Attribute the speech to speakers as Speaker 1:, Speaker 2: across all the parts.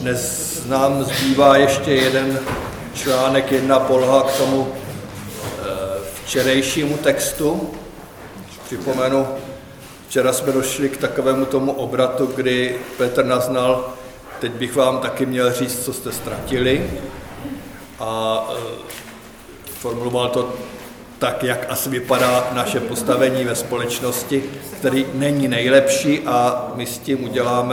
Speaker 1: dnes nám zbývá ještě jeden článek, jedna poloha k tomu včerejšímu textu. Připomenu, včera jsme došli k takovému tomu obratu, kdy Petr naznal, teď bych vám taky měl říct, co jste ztratili. A formuloval to tak, jak asi vypadá naše postavení ve společnosti, který není nejlepší a my s tím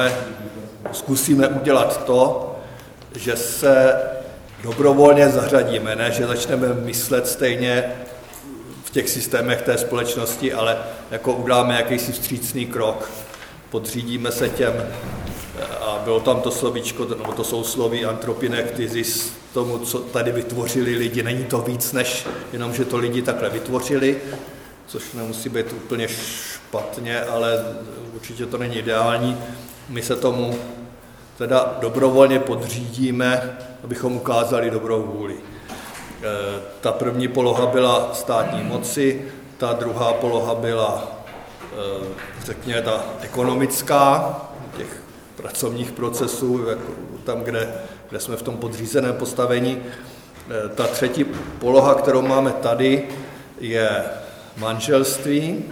Speaker 1: zkusíme udělat to, že se dobrovolně zařadíme, ne, že začneme myslet stejně v těch systémech té společnosti, ale jako uděláme jakýsi vstřícný krok, podřídíme se těm, a bylo tam to slovíčko, nebo to sousloví antropinektyzis, tomu, co tady vytvořili lidi. Není to víc, než jenom, že to lidi takhle vytvořili, což nemusí být úplně špatně, ale určitě to není ideální. My se tomu teda dobrovolně podřídíme, abychom ukázali dobrou vůli. Ta první poloha byla státní moci, ta druhá poloha byla, řekněme, ta ekonomická, těch pracovních procesů, jako tam, kde jsme v tom podřízeném postavení. Ta třetí poloha, kterou máme tady, je manželství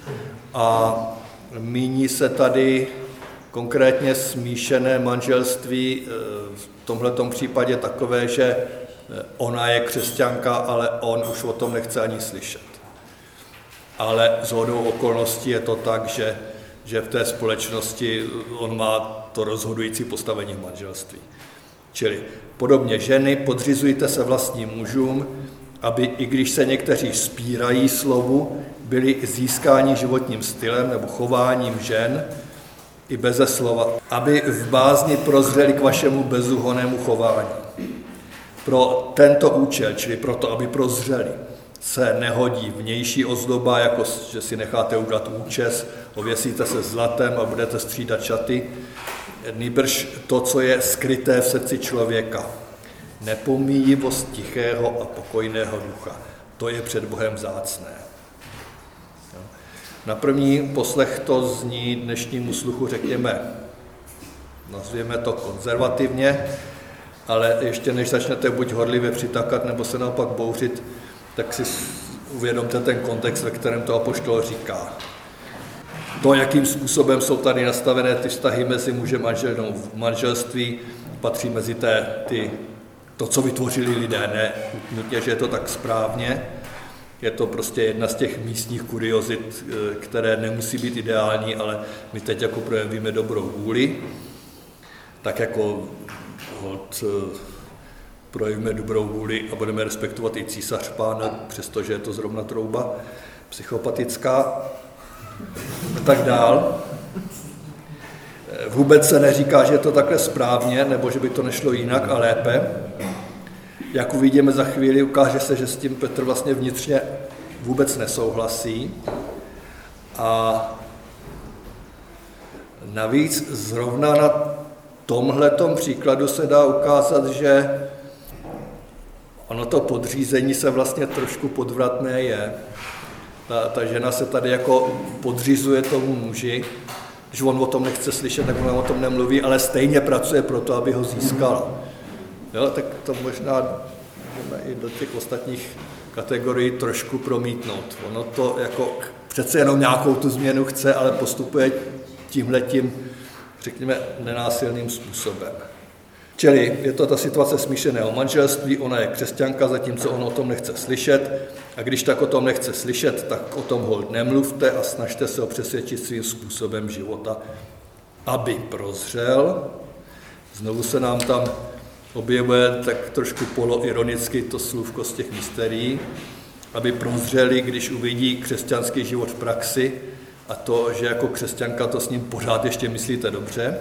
Speaker 1: a míní se tady konkrétně smíšené manželství, v tomhletom případě takové, že ona je křesťanka, ale on už o tom nechce ani slyšet. Ale shodou okolností je to tak, že v té společnosti on má to rozhodující postavení v manželství. Čili podobně ženy, podřizujte se vlastním mužům, aby, i když se někteří spírají slovu, byli získáni životním stylem nebo chováním žen i beze slova, aby v bázni prozřeli k vašemu bezúhonnému chování. Pro tento účel, čili proto, aby prozřeli, se nehodí vnější ozdoba, jako že si necháte udělat účes, ověsíte se zlatem a budete střídat šaty, nýbrž to, co je skryté v srdci člověka. Nepomíjivost tichého a pokojného ducha. To je před Bohem vzácné. Na první poslech to zní dnešnímu sluchu, řekněme, nazvěme to konzervativně, ale ještě než začnete buď horlivě přitakat, nebo se naopak bouřit, tak si uvědomte ten kontext, ve kterém to apoštol říká. To, jakým způsobem jsou tady nastavené ty vztahy mezi mužem a ženou v manželství, patří mezi to, co vytvořili lidé, ne nutně, že je to tak správně. Je to prostě jedna z těch místních kuriozit, které nemusí být ideální, ale my teď jako projevíme dobrou vůli, tak jako projevíme dobrou vůli a budeme respektovat i císař pána, přestože je to zrovna trouba psychopatická a tak dál. Vůbec se neříká, že je to takhle správně, nebo že by to nešlo jinak a lépe. Jak uvidíme za chvíli, ukáže se, že s tím Petr vlastně vnitřně vůbec nesouhlasí. A navíc zrovna na tomhletom příkladu se dá ukázat, že ono to podřízení se vlastně trošku podvratné je. Ta žena se tady jako podřizuje tomu muži, když on o tom nechce slyšet, tak ona o tom nemluví, ale stejně pracuje pro to, aby ho získala. Jo, tak to možná můžeme i do těch ostatních kategorií trošku promítnout. Ono to jako přece jenom nějakou tu změnu chce, ale postupuje tímhletím, řekněme, nenásilným způsobem. Čili je to ta situace smíšeného manželství, ona je křesťanka, zatímco on o tom nechce slyšet, a když tak o tom nechce slyšet, tak o tom holt nemluvte a snažte se ho přesvědčit svým způsobem života, aby prozřel. Znovu se nám tam objevuje tak trošku poloironicky to slůvko z těch mysterií, aby prozřeli, když uvidí křesťanský život v praxi a to, že jako křesťanka to s ním pořád ještě myslíte dobře.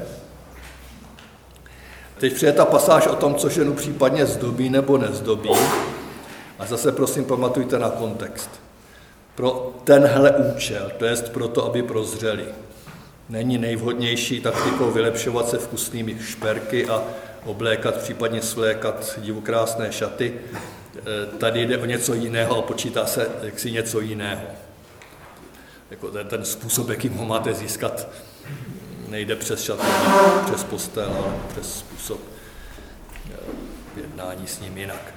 Speaker 1: Teď přijde ta pasáž o tom, co ženu případně zdobí nebo nezdobí. A zase prosím pamatujte na kontext. Pro tenhle účel, to jest proto, aby prozřeli. Není nejvhodnější taktikou vylepšovat se vkusnými šperky a oblékat, případně svlékat divokrásné šaty. Tady jde o něco jiného a počítá se jaksi něco jiného. Jako ten způsob, jakým ho máte získat, nejde přes šatovní, přes postel, ale přes způsob jednání s ním jinak.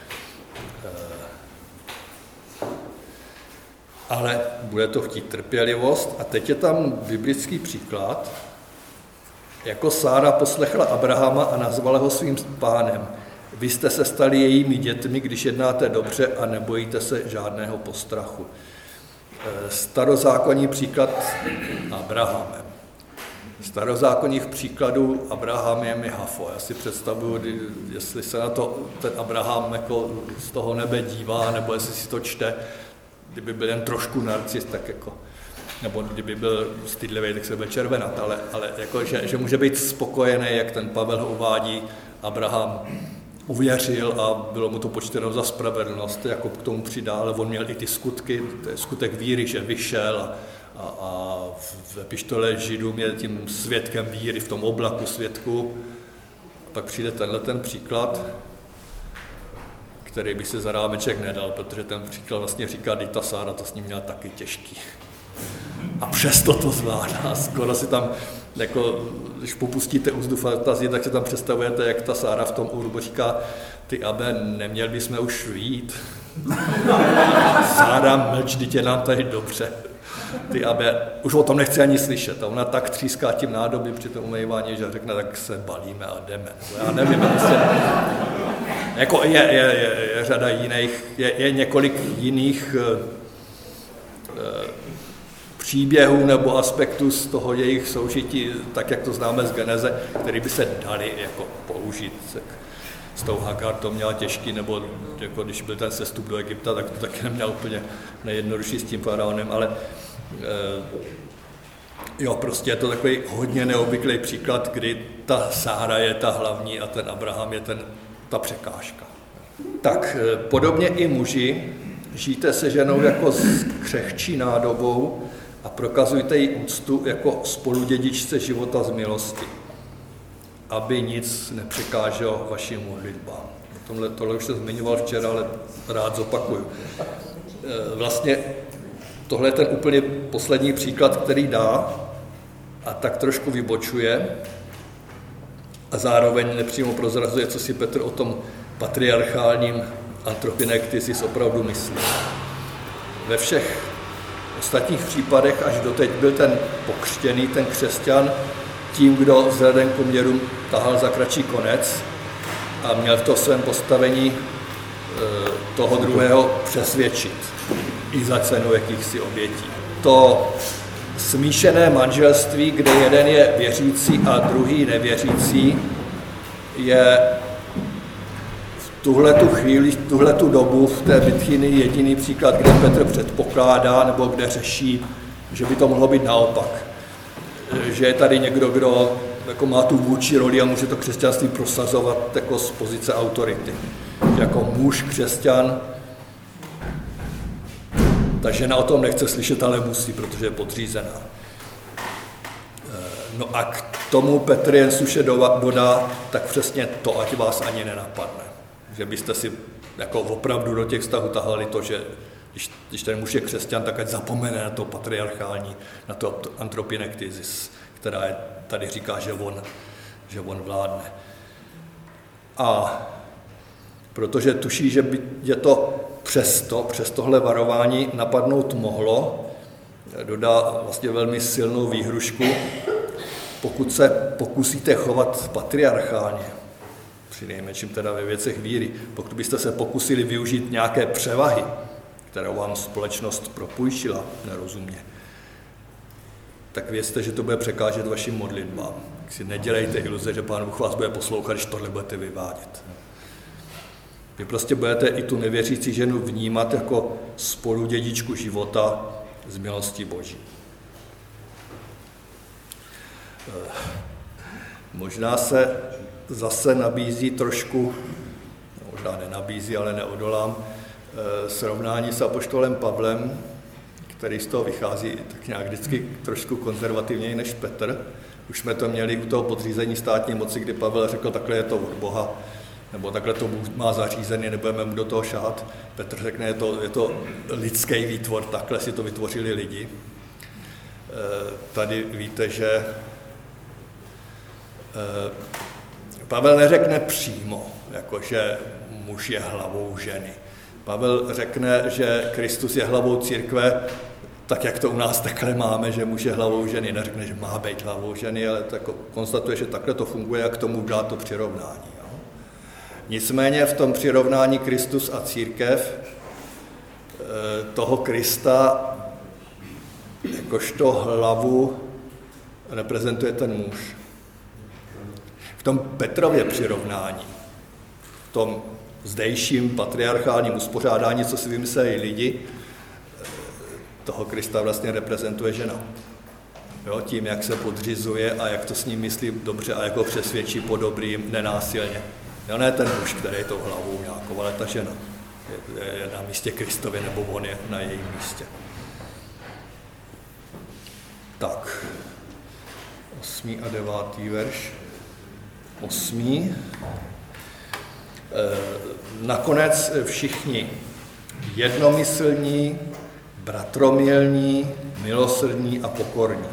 Speaker 1: Ale bude to chtít trpělivost. A teď je tam biblický příklad. Jako Sára poslechla Abrahama a nazvala ho svým pánem. Vy jste se stali jejími dětmi, když jednáte dobře a nebojíte se žádného postrachu. Starozákonní příklad Abrahamem. Starozákonních příkladů Abraham je mi hafo. Já si představuju, jestli se na to ten Abraham jako z toho nebe dívá, nebo jestli si to čte, kdyby byl jen trošku narcist, tak jako, nebo kdyby byl stydlivý, tak se bude červenat, ale jako, že může být spokojený, jak ten Pavel ho uvádí, Abraham uvěřil a bylo mu to počteno za spravedlnost, jako k tomu přidá, ale on měl i ty skutky, to je skutek víry, že vyšel a v epištole Židům je tím svědkem víry, v tom oblaku svědků. Pak přijde tenhle ten příklad, který by se za rámeček nedal, protože ten příklad vlastně říká, že ta Sára to s ním měla taky těžký. A přesto to zvládá. Skoro si tam, jako, když popustíte úzdu fantazii, tak si tam představujete, jak ta Sára v tom úrubu říká, ty Abe, neměl bychom už vyjít. Sára, mlč, dítě nám tady dobře. Ty Abe, už o tom nechci ani slyšet. A ona tak tříská tím nádobí při tom umývání, že řekne, tak se balíme a jdeme. Já nevím, prostě, jako je řada jiných, je několik jiných příběhů nebo aspektů z toho jejich soužití, tak jak to známe z Geneze, který by se dali jako použít. S tou Hagar to měla těžký, nebo jako když byl ten sestup do Egypta, tak to taky neměl úplně nejjednodušší s tím faraonem, ale jo, prostě je to takový hodně neobvyklý příklad, kdy ta Sára je ta hlavní a ten Abraham je ta překážka. Tak podobně i muži, žijte se ženou jako s křehčí nádobou a prokazujte jí úctu jako spoludědičce života z milosti, aby nic nepřekáželo vašim modlitbám. Tohle už jsem zmiňoval včera, ale rád zopakuju. Vlastně tohle je ten úplně poslední příklad, který dá a tak trošku vybočuje a zároveň nepřímo prozrazuje, co si Petr o tom patriarchálním antropinektisis opravdu myslí. Ve všech ostatních případech až doteď byl ten pokřtěný, ten křesťan, tím, kdo vzhledem k poměrům tahal za kratší konec a měl v to svém postavení toho druhého přesvědčit i za cenu jakýchsi obětí. To smíšené manželství, kde jeden je věřící a druhý nevěřící, je v tuhletu chvíli, v tuhletu dobu v té Bitchyni jediný příklad, kde Petr předpokládá nebo kde řeší, že by to mohlo být naopak. Že je tady někdo, kdo jako má tu vůdčí roli a může to křesťanství prosazovat jako z pozice autority. Jako muž křesťan, ta žena o tom nechce slyšet, ale musí, protože je podřízená. No a k tomu Petr jen suše dodá, tak přesně to, ať vás ani nenapadne. Že byste si jako opravdu do těch vztahů tahali to, že když ten muž je křesťan, tak ať zapomene na to patriarchální, na to antropinektisis, která je, tady říká, že on vládne. A protože tuší, že by je to přes tohle varování napadnout mohlo, dodá vlastně velmi silnou výhrušku, pokud se pokusíte chovat patriarchálně, přinejmenším teda ve věcech víry, pokud byste se pokusili využít nějaké převahy, kterou vám společnost propůjčila nerozumně, tak vězte, že to bude překážet vašim modlitbám. Tak si nedělejte iluze, že Pán Bůh vás bude poslouchat, když tohle budete vyvádět. Vy prostě budete i tu nevěřící ženu vnímat jako spoludědičku života z milosti Boží. Možná se zase nabízí trošku, možná nenabízí, ale neodolám, srovnání s apoštolem Pavlem, který z toho vychází tak nějak vždycky trošku konzervativněji než Petr. Už jsme to měli u toho podřízení státní moci, kdy Pavel řekl, takhle je to od Boha, nebo takhle to Bůh má zařízený, nebudeme mu do toho šahat. Petr řekne, je to lidský výtvor, takhle si to vytvořili lidi. Tady víte, že Pavel neřekne přímo, jako že muž je hlavou ženy. Pavel řekne, že Kristus je hlavou církve, tak jak to u nás takhle máme, že muž je hlavou ženy. Neřekne, že má být hlavou ženy, ale tak konstatuje, že takhle to funguje a k tomu dá to přirovnání. Jo. Nicméně v tom přirovnání Kristus a církev toho Krista jakožto hlavu reprezentuje ten muž. V tom Petrově přirovnání, v tom zdejším patriarchálním uspořádání, co si vymysleli lidi, toho Krista vlastně reprezentuje žena. Jo, tím, jak se podřizuje a jak to s ním myslí dobře a jak ho přesvědčí po dobrým, nenásilně. Jo, ne ten muž, který je tou hlavou nějakou, ale ta žena je na místě Kristově, nebo on je na jejím místě. Tak, 8. a 9. verš. 8. Nakonec všichni jednomyslní, bratromilní, milosrdní a pokorní.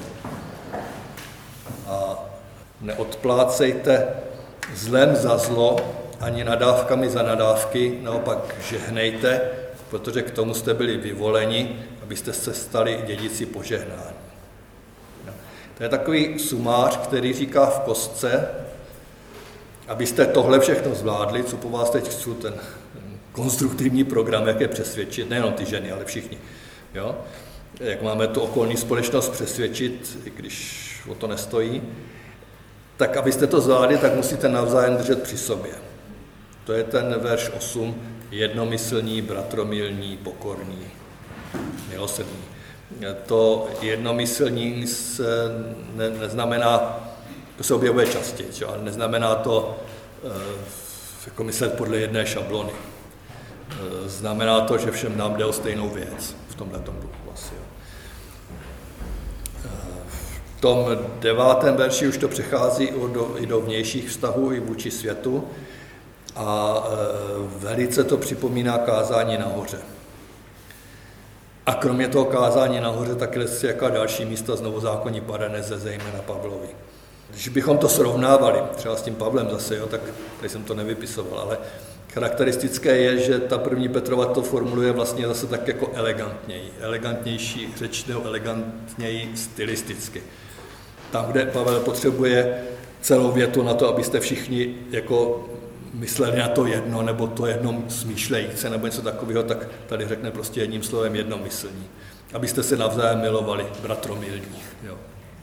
Speaker 1: A neodplácejte zlem za zlo, ani nadávkami za nadávky, naopak žehnejte, protože k tomu jste byli vyvoleni, abyste se stali dědici požehnání. To je takový sumář, který říká v kostce, abyste tohle všechno zvládli, co po vás teď chci, ten konstruktivní program, jak je přesvědčit, nejenom ty ženy, ale všichni. Jo? Jak máme tu okolní společnost přesvědčit, i když o to nestojí, tak abyste to zvládli, tak musíte navzájem držet při sobě. To je ten verš 8, jednomyslní, bratromilní, pokorní, milosrdní. To jednomyslní neznamená, to se objevuje častěji, ale neznamená to jako myslet podle jedné šablony. Znamená to, že všem nám jde o stejnou věc v tomhletom duchu asi. V tom 9. verši už to přechází i do vnějších vztahů, i vůči světu a velice to připomíná kázání nahoře. A kromě toho kázání nahoře taky jaká další místa z Novozákonní paraneze, zejména Pavlovi. Když bychom to srovnávali, třeba s tím Pavlem zase, jo, tak tady jsem to nevypisoval, ale charakteristické je, že ta první Petrova to formuluje vlastně zase tak jako elegantněji, elegantnější řečnou, elegantněji stylisticky. Tam, kde Pavel potřebuje celou větu na to, abyste všichni jako mysleli na to jedno, nebo to jedno smýšlejíce, nebo něco takového, tak tady řekne prostě jedním slovem jednomyslní. Abyste se navzájem milovali, bratromilní, jo.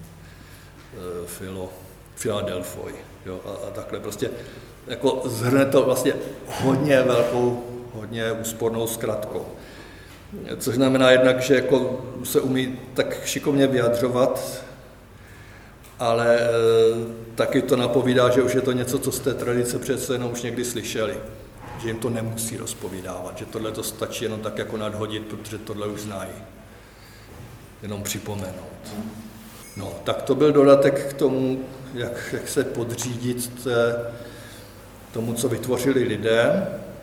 Speaker 1: Filadelfoj, jo, a takhle prostě jako zhrne to vlastně hodně velkou, hodně úspornou zkratkou. Což znamená jednak, že jako se umí tak šikovně vyjadřovat, ale taky to napovídá, že už je to něco, co z té tradice přece jenom už někdy slyšeli. Že jim to nemusí rozpovídávat, že tohle to stačí jenom tak jako nadhodit, protože tohle už znají. Jenom připomenout. No, tak to byl dodatek k tomu, jak se podřídit tomu, co vytvořili lidé.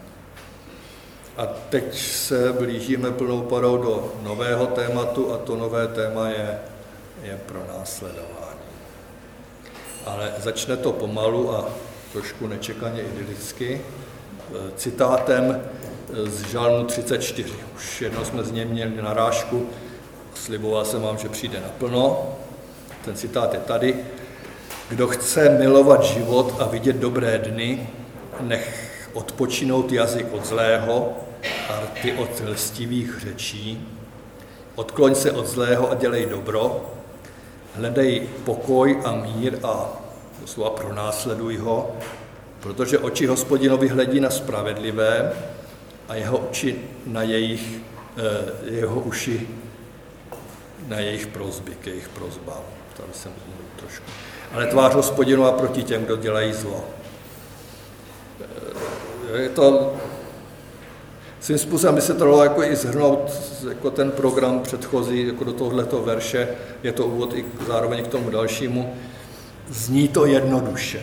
Speaker 1: A teď se blížíme plnou parou do nového tématu a to nové téma je pronásledování. Ale začne to pomalu a trošku nečekaně idylicky citátem z Žalmu 34. Už jednou jsme z něj měli narážku, sliboval jsem vám, že přijde naplno. Ten citát je tady. Kdo chce milovat život a vidět dobré dny, nech odpočinout jazyk od zlého a rty od lstivých řečí. Odkloň se od zlého a dělej dobro. Hledej pokoj a mír a doslova pronásleduj ho, protože oči Hospodinovi hledí na spravedlivé a jeho uši na jejich prosby, k jejich prosbám. Tady jsem mluvil trošku. Ale tvář Hospodinova proti těm, kdo dělají zlo. Je to svým způsobem by se to dalo jako i shrnout jako ten program předchozí jako do tohoto verše, je to úvod i zároveň k tomu dalšímu. Zní to jednoduše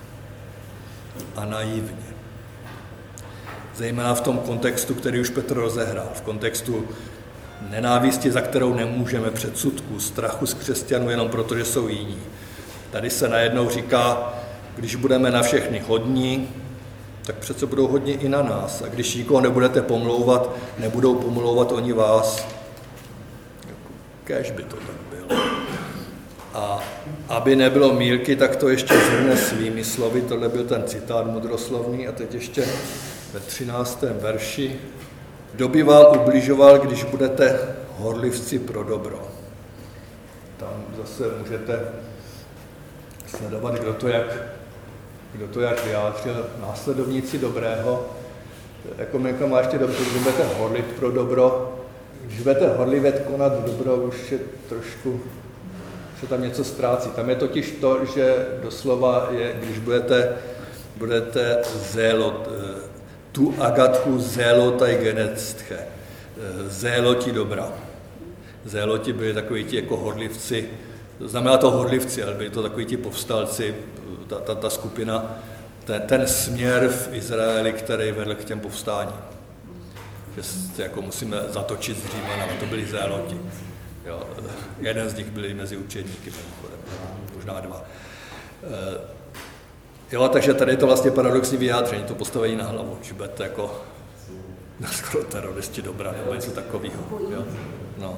Speaker 1: a naivně. Zejména v tom kontextu, který už Petr rozehrál, v kontextu nenávisti, za kterou nemůžeme, předsudků, strachu z křesťanů jenom proto, že jsou jiní. Tady se najednou říká, když budeme na všechny hodní, tak přece budou hodní i na nás. A když nikoho nebudete pomlouvat, nebudou pomlouvat oni vás. Kéž by to tak bylo. A aby nebylo mýlky, tak to ještě shrne svými slovy. Tohle byl ten citát mudroslovný a teď ještě ve 13. verši. Kdo by vám ubližoval, když budete horlivci pro dobro? Tam zase můžete sledovat, kdo to jak vyjádřil. Následovníci dobrého. Jako Milka má ještě dobře, když budete horlit pro dobro. Když budete horlivě konat dobro, už je trošku, se tam něco ztrácí. Tam je totiž to, že doslova je, když budete zélot, tu agatku zélotaj genetstche, zéloti dobra. Zéloti byli takoví ti jako horlivci, znamená to horlivci, ale byli to takoví ti povstalci, ta skupina, ten směr v Izraeli, který vedl k těm povstáním. Že jako musíme zatočit s Římanama, to byli zéloti. Jo, jeden z nich byli mezi učedníky, možná dva. Jo, takže tady je to vlastně paradoxní vyjádření, to postavení na hlavu, že budete jako skoro teroristi dobra, nebo něco takového. Jo? No.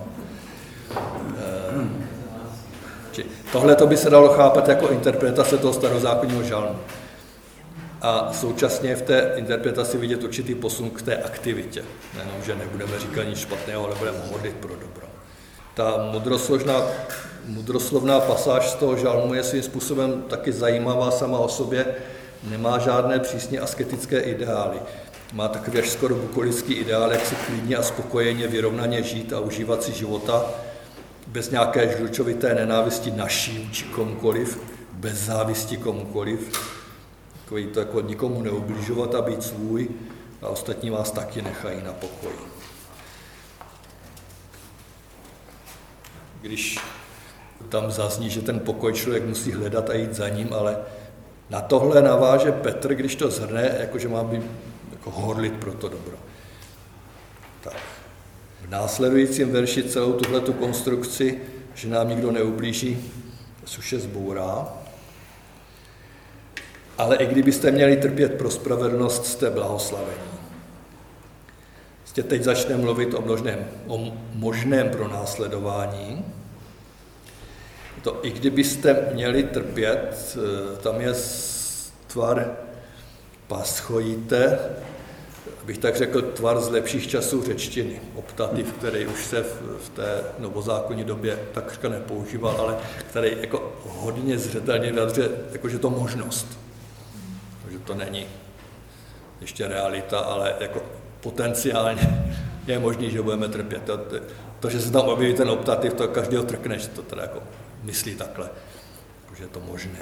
Speaker 1: Tohle to by se dalo chápat jako interpretace toho starozákonního žalmu. A současně v té interpretaci vidět určitý posun k té aktivitě. Nejenom, že nebudeme říkat nic špatného, ale budeme modlit pro dobro. Ta mudroslovná pasáž z toho žalmu je svým způsobem taky zajímavá sama o sobě. Nemá žádné přísně asketické ideály. Má takový až skoro bukolický ideál, jak si klidně a spokojeně vyrovnaně žít a užívat si života, bez nějaké žlučovité nenávisti naší vůči komukoliv, bez závisti komukoliv. Takový to jako nikomu neubližovat a být svůj a ostatní vás taky nechají na pokoji. Když tam zazní, že ten pokoj člověk musí hledat a jít za ním, ale na tohle naváže Petr, když to zhrne, jakože má být jako horlit pro to dobro. Tak. V následujícím verši celou tuhletu konstrukci, že nám nikdo neublíží, suše zbourá. Ale i kdybyste měli trpět pro spravedlnost, jste blahoslavení. Teď začne mluvit o možném pronásledování. To i kdybyste měli trpět, tam je tvar paschojíte, bych tak řekl, tvar z lepších časů řečtiny, optativ, který už se v té novozákonní době takřka nepoužíval, ale který jako hodně zřetelně vyjadřuje, jakože to možnost. Takže to není ještě realita, ale jako potenciálně je možný, že budeme trpět. To, že se tam objeví ten optativ, to každého trkne, že to teda jako myslí takhle, že je to možné.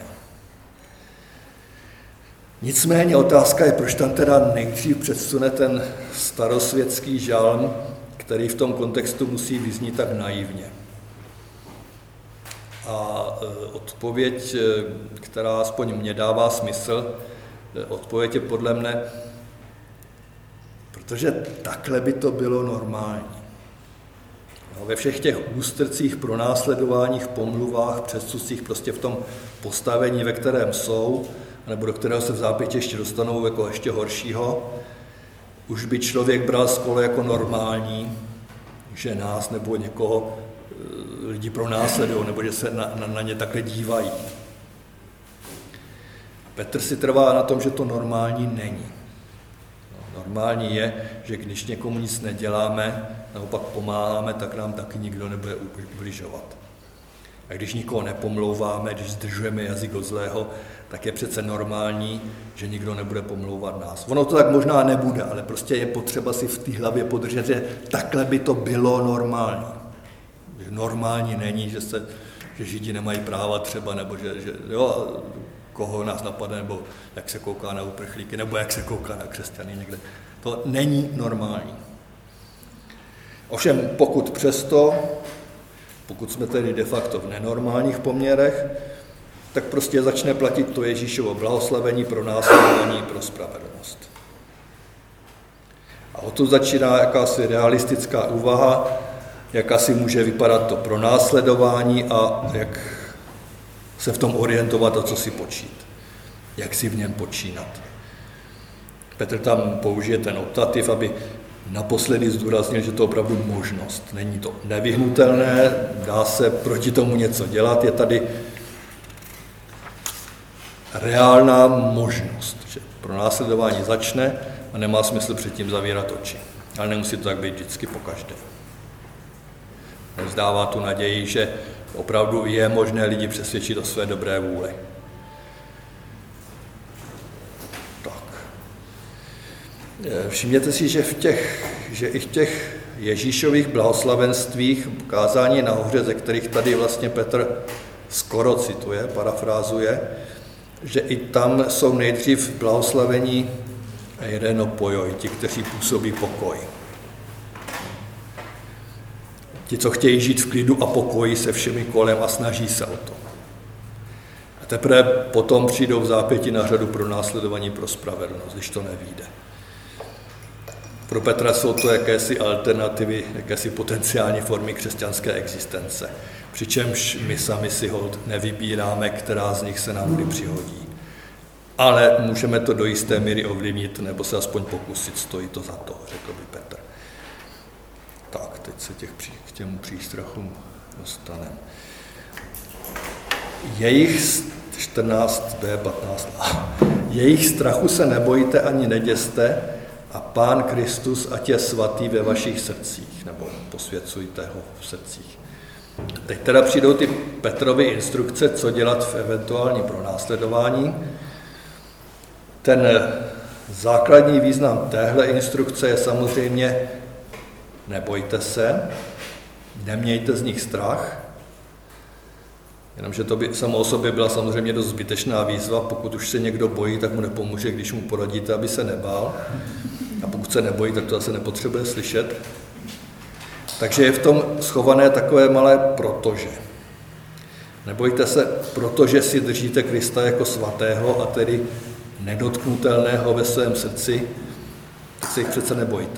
Speaker 1: Nicméně otázka je, proč tam teda nejdřív předsune ten starosvětský žalm, který v tom kontextu musí vyznít tak naivně. A odpověď, která aspoň mně dává smysl, odpověď je podle mne, protože takhle by to bylo normální. No, ve všech těch ústrcích, pronásledováních, pomluvách, předsudcích, prostě v tom postavení, ve kterém jsou, nebo do kterého se v zápětí ještě dostanou jako ještě horšího, už by člověk bral skoro jako normální, že nás nebo někoho lidi pronásledují, nebo že se na ně takhle dívají. Petr si trvá na tom, že to normální není. Normální je, že když někomu nic neděláme, naopak pomáháme, tak nám taky nikdo nebude ubližovat. A když nikoho nepomlouváme, když zdržujeme jazyk od zlého, tak je přece normální, že nikdo nebude pomlouvat nás. Ono to tak možná nebude, ale prostě je potřeba si v té hlavě podržet, že takhle by to bylo normální. Že normální není, že Židi nemají práva třeba, nebo že jo, koho nás napadne, nebo jak se kouká na uprchlíky, nebo jak se kouká na křesťany někde. To není normální. Ovšem, pokud jsme tedy de facto v nenormálních poměrech, tak prostě začne platit to Ježíšovo blahoslavení pro následování pro spravedlnost. A odtud začíná jakási realistická úvaha, jak asi může vypadat to pronásledování a jak se v tom orientovat a co si počít. jak si v něm počínat. Petr tam použije ten optativ, aby naposledy zdůraznil, že to je opravdu možnost. Není to nevyhnutelné, dá se proti tomu něco dělat, je tady reálná možnost, že pronásledování začne a nemá smysl předtím zavírat oči. Ale nemusí to tak být vždycky pokaždé. Nevzdává tu naději, že opravdu je možné lidi přesvědčit o své dobré vůli. Všimněte si, že i v těch Ježíšových blahoslavenstvích, kázání nahoře, ze kterých tady vlastně Petr skoro cituje, parafrázuje, že i tam jsou nejdřív blahoslavení eirenopojoi, ti, kteří působí pokoj. Ti, co chtějí žít v klidu a pokoji se všemi kolem a snaží se o to. A teprve potom přijdou v zápěti na řadu pro následování pro spravedlnost, když to nevyjde. Pro Petra jsou to jakési alternativy, jakési potenciální formy křesťanské existence. Přičemž my sami si holt nevybíráme, která z nich se nám kdy přihodí. Ale můžeme to do jisté míry ovlivnit, nebo se aspoň pokusit, stojí to za to, řekl by Petr. Tak, teď se k těm přístrachům dostaneme. Jejich 14b, 15a. Jejich strachu se nebojte ani neděste, a Pán Kristus ať je svatý ve vašich srdcích, nebo posvěcujte ho v srdcích. Teď teda přijdou ty Petrovy instrukce, co dělat v eventuálním pronásledování. Ten základní význam téhle instrukce je samozřejmě nebojte se, nemějte z nich strach, jenomže to by samo o sobě byla samozřejmě dost zbytečná výzva, pokud už se někdo bojí, tak mu nepomůže, když mu poradíte, aby se nebál. A pokud se nebojí, tak to zase nepotřebuje slyšet. Takže je v tom schované takové malé protože. Nebojte se, protože si držíte Krista jako svatého a tedy nedotknutelného ve svém srdci, tak se jich přece nebojte.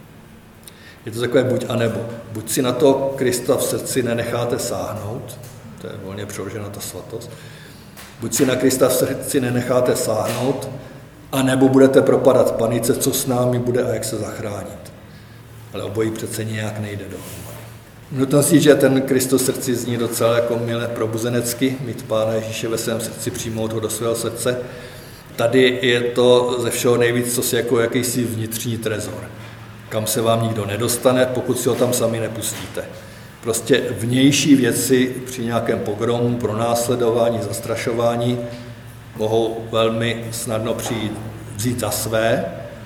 Speaker 1: Je to takové buď a nebo. Buď si na to Krista v srdci nenecháte sáhnout, to je volně přeložena ta svatost, buď si na Krista v srdci nenecháte sáhnout, a nebo budete propadat panice, co s námi bude a jak se zachránit. Ale obojí přece nějak nejde dohromady. Nutno si, že ten Kristus srdci zní docela jako milé probuzenecky, mít Pána Ježíše ve svém srdci, přijmout ho do svého srdce. Tady je to ze všeho nejvíc, co si jako jakýsi vnitřní trezor, kam se vám nikdo nedostane, pokud si ho tam sami nepustíte. Prostě vnější věci při nějakém pogromu, pronásledování, zastrašování mohou velmi snadno vzít za své,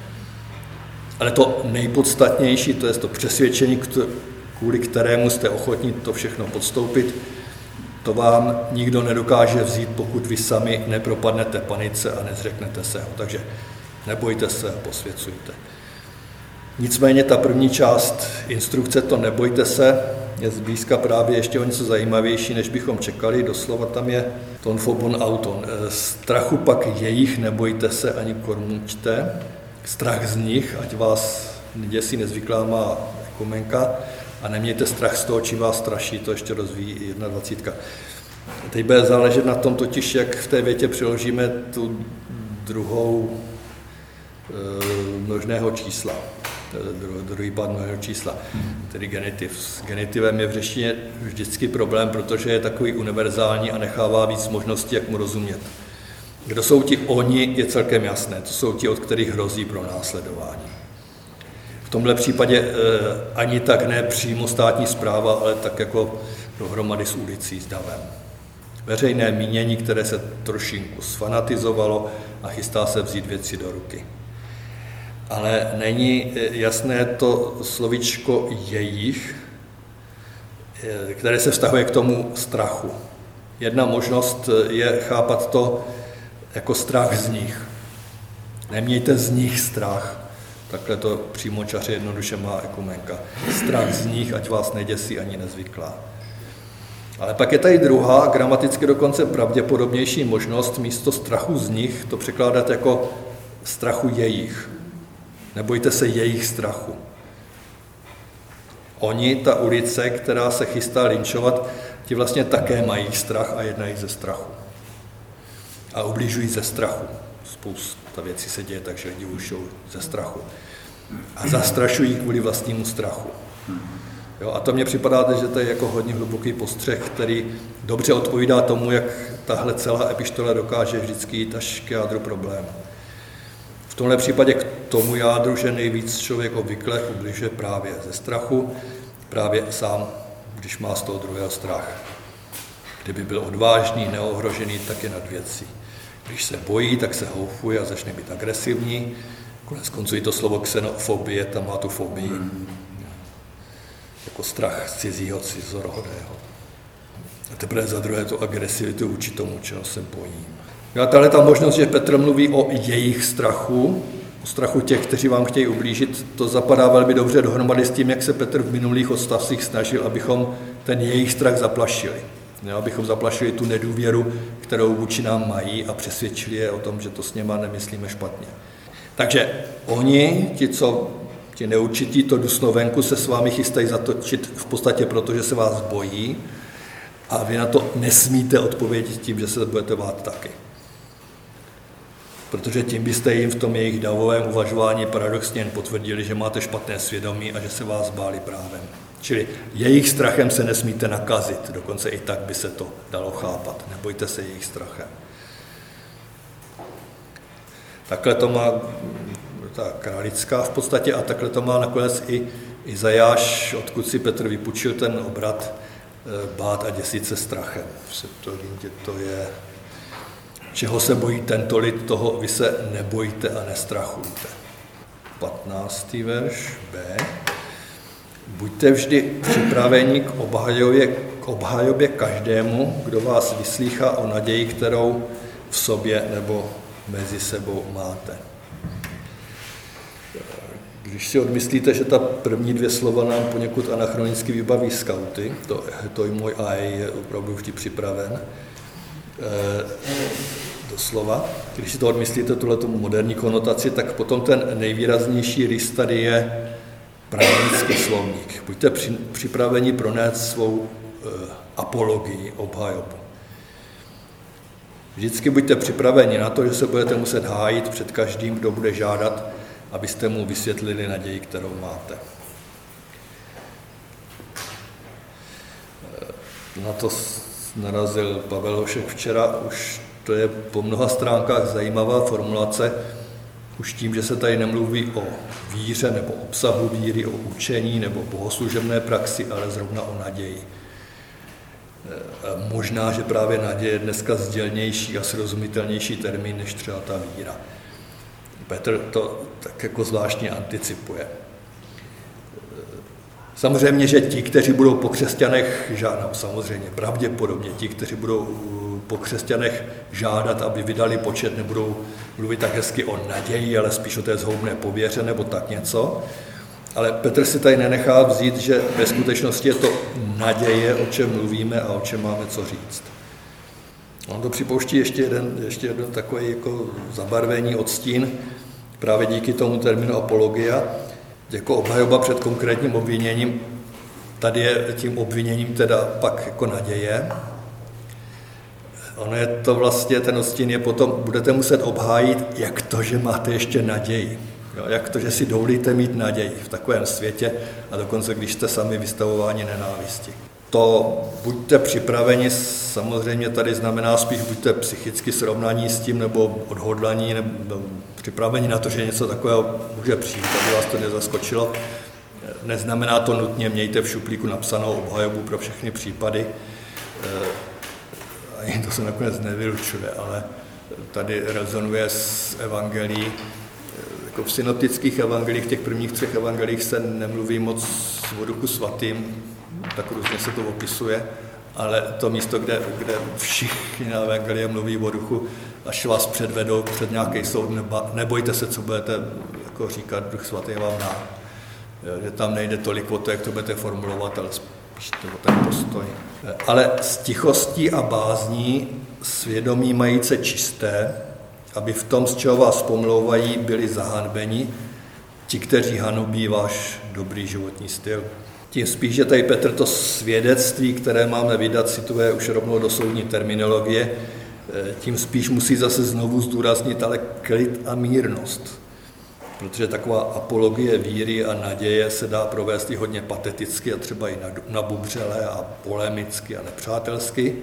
Speaker 1: ale to nejpodstatnější, to je to přesvědčení, kvůli kterému jste ochotní to všechno podstoupit, to vám nikdo nedokáže vzít, pokud vy sami nepropadnete panice a nezřeknete se ho. Takže nebojte se a posvěcujte. Nicméně ta první část instrukce, to nebojte se, je zblízka právě ještě o něco zajímavější, než bychom čekali. Doslova tam je ton phobon auton. Strachu pak jejich nebojte se ani kormučte. Strach z nich, ať vás neděsí nezvyklá má ekumenka, a nemějte strach z toho, či vás straší, to ještě rozvíjí 21. Teď bude záležet na tom totiž, jak v té větě přiložíme tu druhou množného čísla. Druhý pád množného čísla, tedy genitiv. S genitivem je v řeštině vždycky problém, protože je takový univerzální a nechává víc možností, jak mu rozumět. Kdo jsou ti oni, je celkem jasné. To jsou ti, od kterých hrozí pronásledování. V tomhle případě ani tak ne přímo státní správa, ale tak jako dohromady s ulicí, s davem. Veřejné mínění, které se trošinku sfanatizovalo a chystá se vzít věci do ruky. Ale není jasné to slovíčko jejich, které se vztahuje k tomu strachu. Jedna možnost je chápat to jako strach z nich. Nemějte z nich strach. Takhle to přímočaře jednoduše má ekumenka. Strach z nich, ať vás neděsí ani nezvyklá. Ale pak je tady druhá, gramaticky dokonce pravděpodobnější možnost, místo strachu z nich to překládat jako strachu jejich. Nebojte se jejich strachu. Oni, ta ulice, která se chystá lynčovat, ti vlastně také mají strach a jednají ze strachu. a ubližují ze strachu. Spousta věcí se děje tak, že lidi ušou ze strachu. A zastrašují kvůli vlastnímu strachu. Jo, a to mně připadá, že to je jako hodně hluboký postřeh, který dobře odpovídá tomu, jak tahle celá epištola dokáže vždycky jít až k jádru problému. V tomhle případě k tomu jádru, že nejvíc člověk obvykle ubližuje právě ze strachu, právě sám, když má z toho druhého strach. Kdyby byl odvážný, neohrožený, tak je nad věcí. Když se bojí, tak se houfuje a začne být agresivní. Konec konců i to slovo xenofobie, tam má tu fobii. Jako strach z cizího, cizorohodného. A teprve za druhé tu agresivitu vůči tomu, čeho se bojím. A tahle ta možnost, že Petr mluví o jejich strachu, o strachu těch, kteří vám chtějí ublížit, to zapadá velmi dobře dohromady s tím, jak se Petr v minulých odstavcích snažil, abychom ten jejich strach zaplašili. Jo, abychom zaplašili tu nedůvěru, kterou vůči nám mají a přesvědčili je o tom, že to s něma nemyslíme špatně. Takže oni, ti neurčití, to dusnovenku se s vámi chystají zatočit v podstatě proto, že se vás bojí a vy na to nesmíte odpovědět tím, že se budete bát taky. Protože tím byste jim v tom jejich davovém uvažování paradoxně jen potvrdili, že máte špatné svědomí a že se vás báli právem. Čili jejich strachem se nesmíte nakazit, dokonce i tak by se to dalo chápat. Nebojte se jejich strachem. Takhle to má ta Kralická v podstatě a takhle to má nakonec i Izajáš, odkud si Petr vypučil ten obrat bát a děsit se strachem. To je, čeho se bojí tento lid, toho vy se nebojte a nestrachujte. 15. verš B. Buďte vždy připraveni k obhajobě každému, kdo vás vyslýchá o naději, kterou v sobě nebo mezi sebou máte. Když si odmyslíte, že ta první dvě slova nám poněkud anachronicky vybaví skauty, to i můj aj je opravdu vždy připraven, doslova. Když si to odmyslíte, tuhletu moderní konotaci, tak potom ten nejvýraznější rys tady je právnický slovník. Buďte připraveni pronést svou apologii, obhajobu. Vždycky buďte připraveni na to, že se budete muset hájit před každým, kdo bude žádat, abyste mu vysvětlili naději, kterou máte. Na to narazil Pavel Hošek včera, už to je po mnoha stránkách zajímavá formulace, už tím, že se tady nemluví o víře nebo obsahu víry, o učení nebo bohoslužebné praxi, ale zrovna o naději. Možná, že právě naděje je dneska sdělnější a srozumitelnější termín než třeba ta víra. Petr to tak jako zvláštně anticipuje. Samozřejmě, že ti, kteří budou po křesťanech žádat, samozřejmě, pravděpodobně ti, kteří budou po křesťanech žádat, aby vydali počet, nebudou mluvit tak hezky o naději, ale spíš o té zhoubné pověře nebo tak něco. Ale Petr si tady nenechá vzít, že ve skutečnosti je to naděje, o čem mluvíme a o čem máme co říct. On to připouští ještě jeden takový jako zabarvení, odstín, právě díky tomu termínu apologia, jako obhajoba před konkrétním obviněním. Tady je tím obviněním teda pak jako naděje. Ono je to vlastně, ten odstín je potom, budete muset obhájit, jak to, že máte ještě naději. Jo, jak to, že si dovolíte mít naději v takovém světě a dokonce, když jste sami vystavováni nenávisti. To buďte připraveni, samozřejmě tady znamená spíš buďte psychicky srovnaní s tím, nebo odhodlaní, nebo připraveni na to, že něco takového může přijít, aby vás to nezaskočilo. Neznamená to nutně, mějte v šuplíku napsanou obhajobu pro všechny případy. Ani to se nakonec nevylučuje, ale tady rezonuje s evangelií. Jako v synoptických evangelích, v těch prvních 3 evangelích se nemluví moc o Duchu svatým, tak různě se to opisuje, ale to místo, kde všichni na evangelie mluví o Duchu, až vás předvedou před nějaký soud, nebojte se, co budete jako říkat, Duch svatý vám dá. Že tam nejde tolik o to, jak to budete formulovat, ale spíš to o ten postoj. Ale s tichostí a bázní svědomí majíce čisté, aby v tom, z čeho vás pomlouvají, byli zahanbeni, ti, kteří hanobí váš dobrý životní styl. Tím spíš, že tady Petr to svědectví, které máme vydat, cituje už rovnou do soudní terminologie tím spíš musí zase znovu zdůraznit ale klid a mírnost. Protože taková apologie víry a naděje se dá provést i hodně pateticky a třeba i nabubřele a polemicky a nepřátelsky.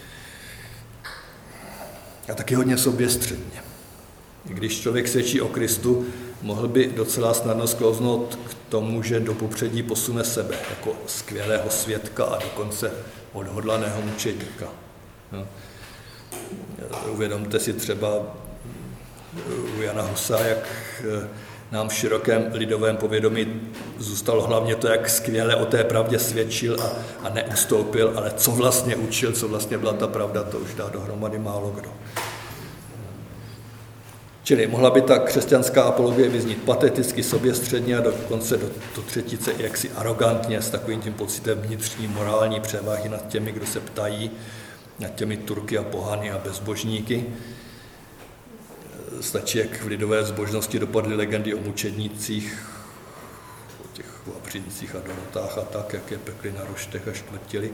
Speaker 1: A taky hodně soběstředně. Když člověk svědčí o Kristu, mohl by docela snadno sklouznout k tomu, že do popředí posune sebe jako skvělého svědka a dokonce odhodlaného mučedníka. No. Uvědomte si třeba u Jana Husa, jak nám v širokém lidovém povědomí zůstalo hlavně to, jak skvěle o té pravdě svědčil a neustoupil, ale co vlastně učil, co vlastně byla ta pravda, to už dá dohromady málo kdo. Čili mohla by ta křesťanská apologie vyznít pateticky, soběstředně a dokonce do třetice i jaksi arrogantně s takovým tím pocitem vnitřní morální převahy nad těmi, kdo se ptají, nad těmi Turky a pohany a bezbožníky. Stačí, jak v lidové zbožnosti dopadly legendy o mučednících, o těch vavřincích a dorotách a tak, jak je pekli na roštech a škvrtili.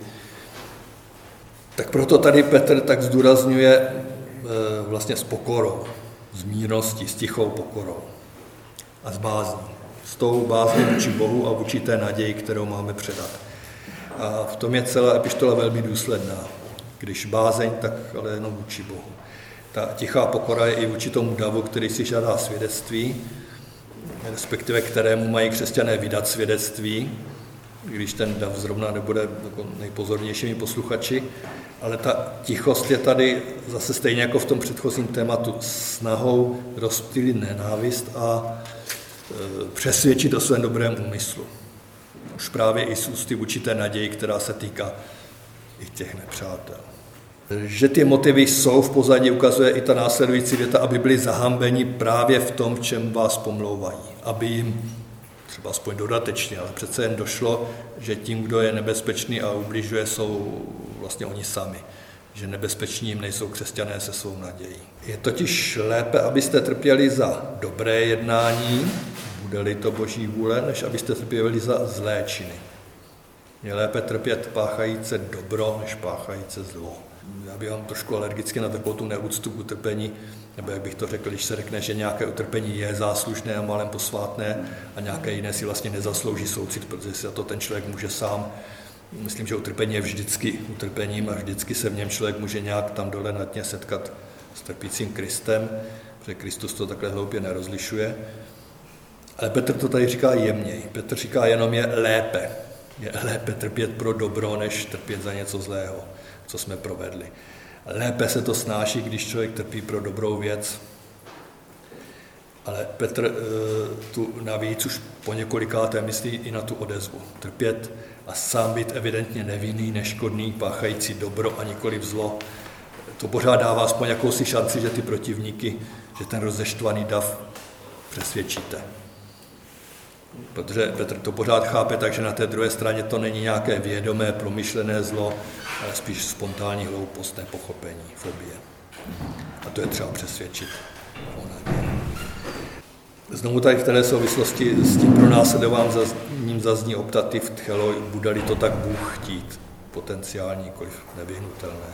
Speaker 1: Tak proto tady Petr tak zdůrazňuje vlastně s pokorou, s mírností, s tichou pokorou a s bázní. S tou bázní vůči Bohu a vůči té naději, kterou máme předat. A v tom je celá epištola velmi důsledná. Když bázeň, tak ale jenom vůči Bohu. Ta tichá pokora je i vůči tomu davu, který si žádá svědectví, respektive kterému mají křesťané vydat svědectví, když ten dav zrovna nebude jako nejpozornějšími posluchači, ale ta tichost je tady zase stejně jako v tom předchozím tématu snahou rozptýlit nenávist a přesvědčit o svém dobrém úmyslu. Už právě i z ústy vůči té naději, která se týká i těch nepřátel. Že ty motivy jsou v pozadí, ukazuje i ta následující věta, aby byli zahambeni právě v tom, v čem vás pomlouvají. Aby jim třeba aspoň dodatečně, ale přece jen došlo, že tím, kdo je nebezpečný a ubližuje, jsou vlastně oni sami. Že nebezpeční jim nejsou křesťané se svou nadějí. Je totiž lépe, abyste trpěli za dobré jednání, bude-li to Boží vůle, než abyste trpěli za zlé činy. Je lépe trpět páchajíce dobro, než páchajíce zlo. Já bych vám trošku alergicky na takovou tu neúctu k utrpení, nebo jak bych to řekl, když se řekne, že nějaké utrpení je záslužné a málem posvátné a nějaké jiné si vlastně nezaslouží soucit, protože si za to ten člověk může sám. Myslím, že utrpení je vždycky utrpením a vždycky se v něm člověk může nějak tam dole na dně setkat s trpícím Kristem, protože Kristus to takhle hloupě nerozlišuje. Ale Petr to tady říká jemněji. Petr říká jenom je lépe. Je lépe trpět pro dobro, než trpět za něco zlého, co jsme provedli. Lépe se to snáší, když člověk trpí pro dobrou věc. Ale Petr tu navíc už po několikáté myslí i na tu odezvu. Trpět a sám být evidentně nevinný, neškodný, páchající dobro a nikoliv zlo. To pořád dává aspoň jakousi šanci, že ty protivníky, že ten rozeštvaný dav přesvědčíte. Protože Petr to pořád chápe tak, že na té druhé straně to není nějaké vědomé, promyšlené zlo, ale spíš spontánní hloupost, nepochopení, fobie. A to je třeba přesvědčit. Znovu tady v té souvislosti s tím pronásledováním zazní optativ tchelo, bude-li to tak Bůh chtít, potenciální, nikoliv nevyhnutelné.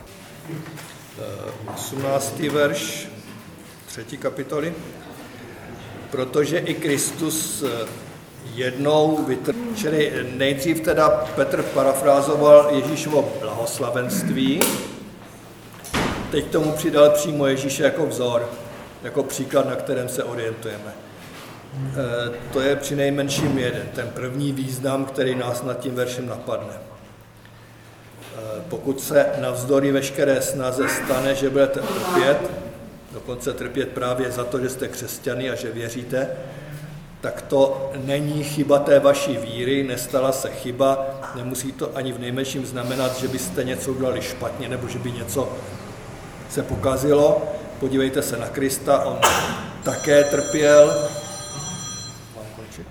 Speaker 1: 18. verš 3. kapitoly. Protože i Kristus jednou čili nejdřív teda Petr parafrázoval Ježíšovo blahoslavenství, teď tomu přidal přímo Ježíše jako vzor, jako příklad, na kterém se orientujeme. To je přinejmenším jeden, ten první význam, který nás nad tím veršem napadne. Pokud se navzdory veškeré snaze stane, že budete trpět, dokonce trpět právě za to, že jste křesťany a že věříte, tak to není chyba té vaší víry, nestala se chyba, nemusí to ani v nejmenším znamenat, že byste něco udělali špatně nebo že by něco se pokazilo. Podívejte se na Krista, on také trpěl. Mám končit?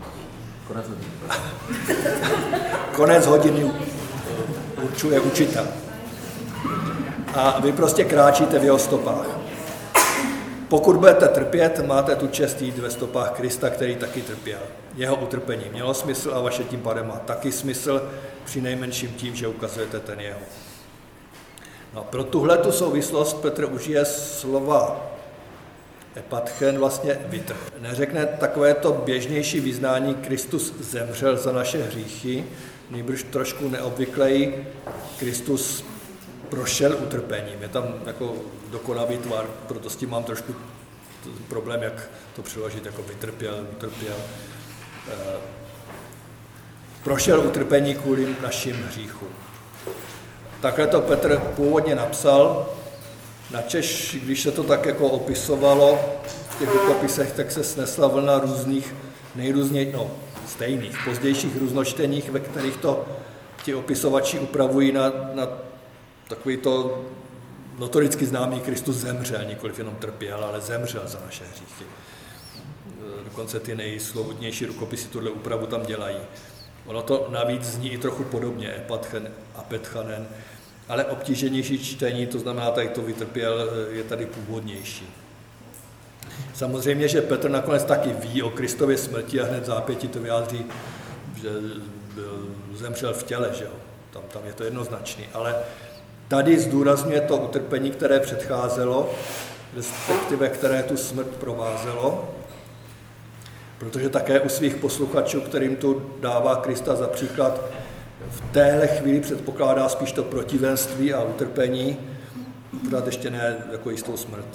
Speaker 1: Konec hodiny určuje učitel. A vy prostě kráčíte v jeho stopách. Pokud budete trpět, máte tu čest jít ve stopách Krista, který taky trpěl. Jeho utrpení mělo smysl a vaše tím pádem má taky smysl, přinejmenším tím, že ukazujete ten jeho. No, pro tuhletu souvislost Petr užije slova epatchen, vlastně vytrp. Neřekne takové to běžnější vyznání Kristus zemřel za naše hříchy, nýbrž trošku neobvyklej Kristus prošel utrpením. Je tam jako dokonavý tvar, proto s tím mám trošku problém, jak to přeložit, jako utrpěl. Prošel utrpení kvůli našim hříchům. Takhle to Petr původně napsal. Načež, když se to tak jako opisovalo v těch rukopisech, tak se snesla vlna různých, stejných, pozdějších různočteních, ve kterých to ti opisovači upravují na takový to notoricky známý Kristus zemřel, nikoliv jenom trpěl, ale zemřel za naše hříchy. Dokonce ty nejslovutnější rukopisy tuhle úpravu tam dělají. Ono to navíc zní i trochu podobně, epatchen a petchanen, ale obtíženější čtení, to znamená, tady to vytrpěl, je tady původnější. Samozřejmě, že Petr nakonec taky ví o Kristově smrti a hned v zápětí to vyjádří, že zemřel v těle, že jo? Tam je to jednoznačný, ale tady zdůrazňuje to utrpení, které předcházelo, respektive které tu smrt provázelo, protože také u svých posluchačů, kterým tu dává Krista za příklad, v téhle chvíli předpokládá spíš to protivenství a utrpení, pořád ještě ne jako jistou smrt.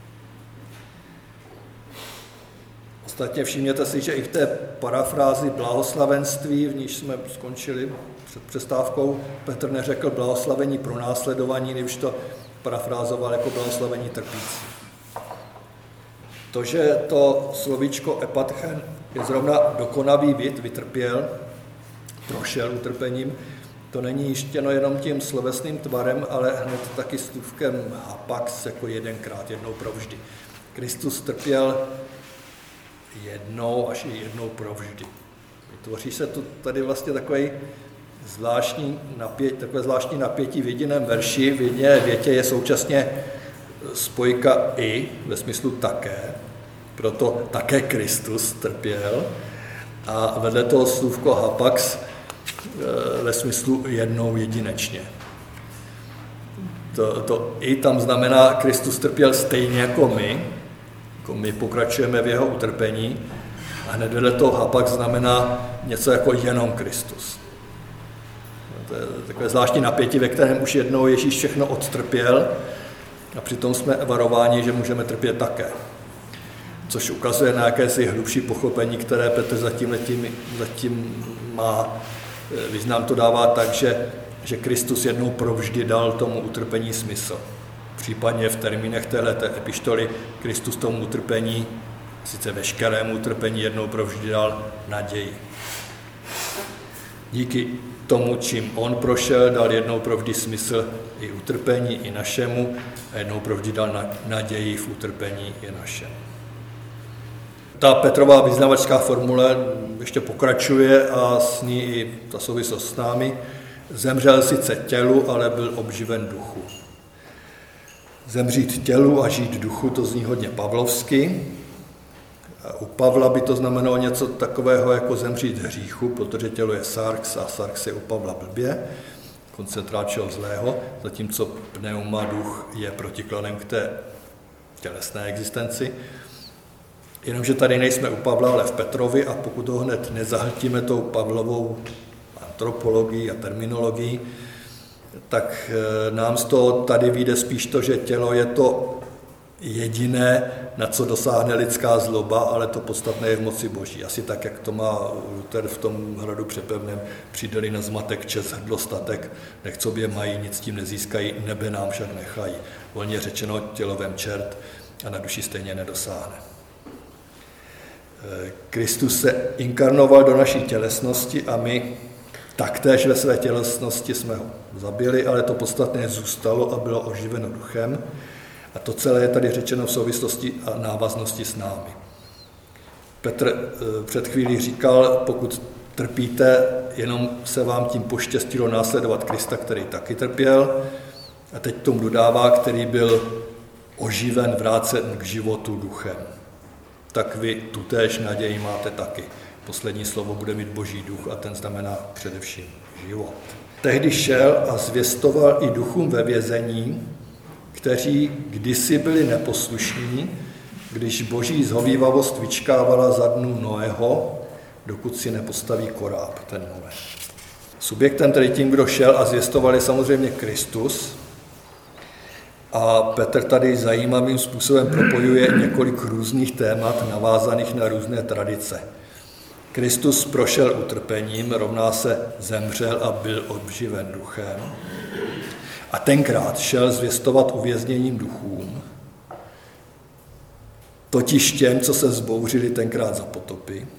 Speaker 1: Ostatně všimněte si, že i v té parafrázi blahoslavenství, v níž jsme skončili před přestávkou, Petr neřekl blahoslavení pro následování, než to parafrázoval jako blahoslavení trpící. To, že to slovíčko epatchen je zrovna dokonavý vid, vytrpěl, prošel utrpením, to není jištěno jenom tím slovesným tvarem, ale hned taky slůvkem hapax, jako jedenkrát, jednou provždy. Kristus trpěl jednou až i jednou provždy. Tvoří se tu tady vlastně takové zvláštní napětí v jediném verši. V jedné větě je současně spojka i, ve smyslu také, proto také Kristus trpěl. A vedle toho slůvko hapax ve smyslu jednou jedinečně. To i tam znamená, Kristus trpěl stejně jako my pokračujeme v jeho utrpení a hned vedle toho hapax znamená něco jako jenom Kristus. To je takové zvláštní napětí, ve kterém už jednou Ježíš všechno odtrpěl a přitom jsme varováni, že můžeme trpět také. Což ukazuje na jakési hlubší pochopení, které Petr zatím má. Význam to dává tak, že Kristus jednou provždy dal tomu utrpení smysl. Případně v termínech téhleté epištoly Kristus tomu utrpení, sice veškerému utrpení, jednou provždy dal naději. Díky tomu, čím on prošel, dal jednou provždy smysl i utrpení, i našemu, a jednou provždy dal naději v utrpení i našemu. Ta Petrova vyznavačská formule ještě pokračuje a s ní i ta souvislost s námi. Zemřel sice tělu, ale byl obživen duchu. Zemřít tělu a žít duchu, to zní hodně pavlovsky. U Pavla by to znamenalo něco takového jako zemřít hříchu, protože tělo je sarx a sarx je u Pavla blbě, koncentrát všeho zlého, zatímco pneuma, duch, je protikladem k té tělesné existenci. Jenomže tady nejsme u Pavla, ale v Petrovi a pokud ho hned nezahltíme tou Pavlovou antropologií a terminologií, tak nám z toho tady vyjde spíš to, že tělo je to jediné, na co dosáhne lidská zloba, ale to podstatné je v moci Boží. Asi tak, jak to má Luther v tom hradu přepevném, přidali na zmatek čest hrdlostatek, nech sobě mají, nic tím nezískají, nebe nám však nechají. Volně řečeno, tělovem čert a na duši stejně nedosáhne. Kristus se inkarnoval do naší tělesnosti a my taktéž ve své tělesnosti jsme ho zabili, ale to podstatné zůstalo a bylo oživeno duchem. A to celé je tady řečeno v souvislosti a návaznosti s námi. Petr před chvílí říkal, pokud trpíte, jenom se vám tím poštěstilo následovat Krista, který taky trpěl. A teď tomu dodává, který byl oživen, vrácen k životu duchem. Tak vy tutéž naději máte taky. Poslední slovo bude mít Boží duch a ten znamená především život. Tehdy šel a zvěstoval i duchům ve vězení, kteří kdysi byli neposlušní, když boží zhovívavost vyčkávala za dnů Noého, dokud si nepostaví koráb, ten Noé. Subjektem tedy tím, kdo šel a zvěstoval, je samozřejmě Kristus. A Petr tady zajímavým způsobem propojuje několik různých témat navázaných na různé tradice. Kristus prošel utrpením, rovná se zemřel a byl obživen duchem. A tenkrát šel zvěstovat uvězněním duchům, totiž těm, co se vzbouřili tenkrát za potopy.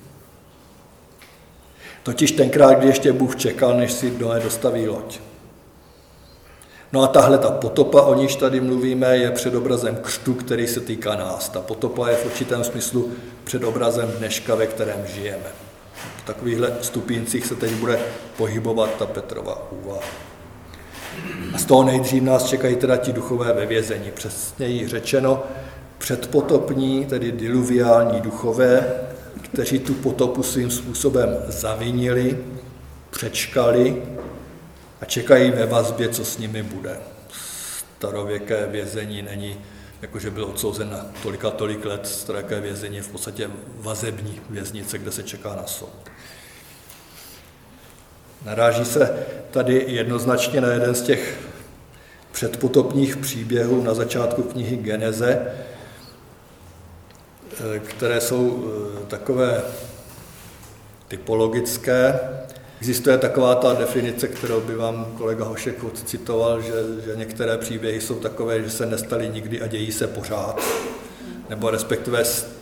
Speaker 1: Totiž tenkrát, kdy ještě Bůh čekal, než si Noé dostaví loď. No a tahle ta potopa, o níž tady mluvíme, je předobrazem křtu, který se týká nás. Ta potopa je v určitém smyslu předobrazem dneška, ve kterém žijeme. V takovýchhle stupíncích se teď bude pohybovat ta Petrova úvaha. A z toho nejdřív nás čekají teda ti duchové ve vězení. Přesněji řečeno předpotopní, tedy diluviální duchové, kteří tu potopu svým způsobem zavinili, přečkali a čekají ve vazbě, co s nimi bude. Starověké vězení není, jakože byl odsouzen na tolik let, starověké vězení je v podstatě vazební věznice, kde se čeká na soud. Naráží se tady jednoznačně na jeden z těch předpotopních příběhů na začátku knihy Geneze, které jsou takové typologické. Existuje taková ta definice, kterou by vám kolega Hošek odcitoval, že některé příběhy jsou takové, že se nestaly nikdy a dějí se pořád. Nebo respektive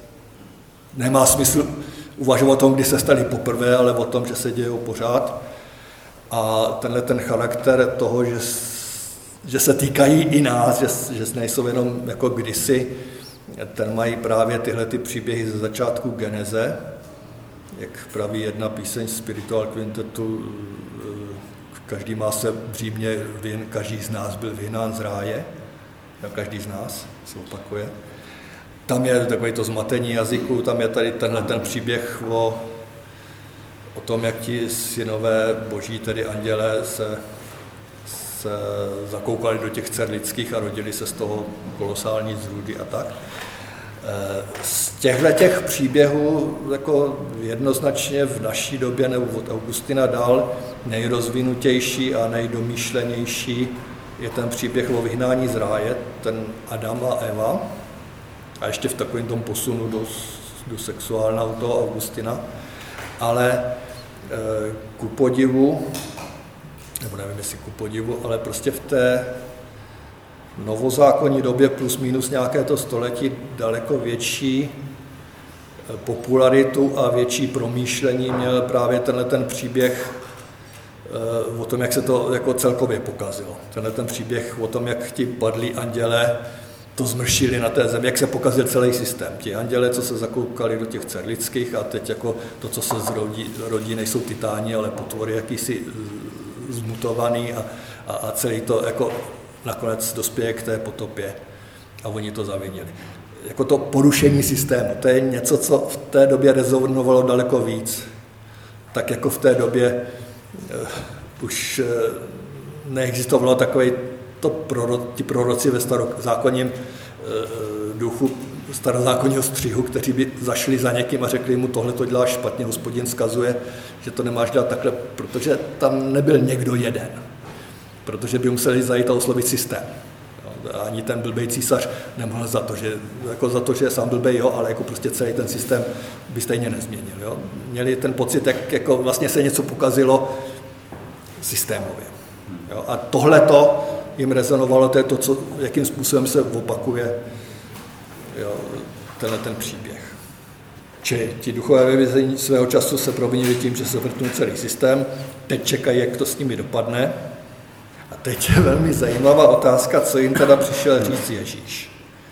Speaker 1: nemá smysl uvažovat o tom, kdy se staly poprvé, ale o tom, že se dějou pořád. A tenhle ten charakter toho, že se týkají i nás, že nejsou jenom jako kdysi, ten mají právě tyhle ty příběhy ze začátku Geneze, jak praví jedna píseň Spiritual Quintetu, každý má se v Římě vin, každý z nás byl vyhnán z ráje, každý z nás, se opakuje. Tam je takové to zmatení jazyku, tam je tady tenhle ten příběh o tom, jak ti synové boží, tedy andělé, se zakoukali do těch dcer lidských a rodili se z toho kolosální zrůdy a tak. Z těchto příběhů jako jednoznačně v naší době nebo od Augustina dál nejrozvinutější a nejdomýšlenější je ten příběh o vyhnání z ráje, ten Adam a Eva, a ještě v takovém tom posunu do sexuálna u toho Augustina, ale ku podivu, nebo nevím, jestli ku podivu, ale prostě v té novozákonní době plus minus nějaké to století daleko větší popularitu a větší promýšlení měl právě ten příběh o tom, jak se to jako celkově pokazilo. Ten příběh o tom, jak ti padlí anděle to zmršili na té zemi, jak se pokazil celý systém. Ti anděle, co se zakoukali do těch dcer lidských a teď jako to, co se rodí, nejsou titáni, ale potvory jakýsi zmutovaný a celý to jako nakonec dospěje k té potopě a oni to zavinili. Jako to porušení systému, to je něco, co v té době rezonovalo daleko víc. Tak jako v té době už neexistovalo takové ti proroci ve starozákonním duchu starozákonního střihu, kteří by zašli za někým a řekli mu, tohle to děláš špatně, Hospodin zkazuje, že to nemáš dělat takhle, protože tam nebyl někdo jeden. Protože by museli zajít a oslovit systém. Ani ten blbej císař nemohl za to, že je sám blbej, jo, ale jako prostě celý ten systém by stejně nezměnil. Jo. Měli ten pocit, jak jako vlastně se něco pokazilo systémově. Jo. A tohleto jim rezonovalo, to je to, jakým způsobem se opakuje, jo, ten příběh. Čili ti duchové ve vězení svého času se provinili tím, že se vrtnul celý systém, teď čekají, jak to s nimi dopadne. A teď je velmi zajímavá otázka, co jim teda přišel říct Ježíš.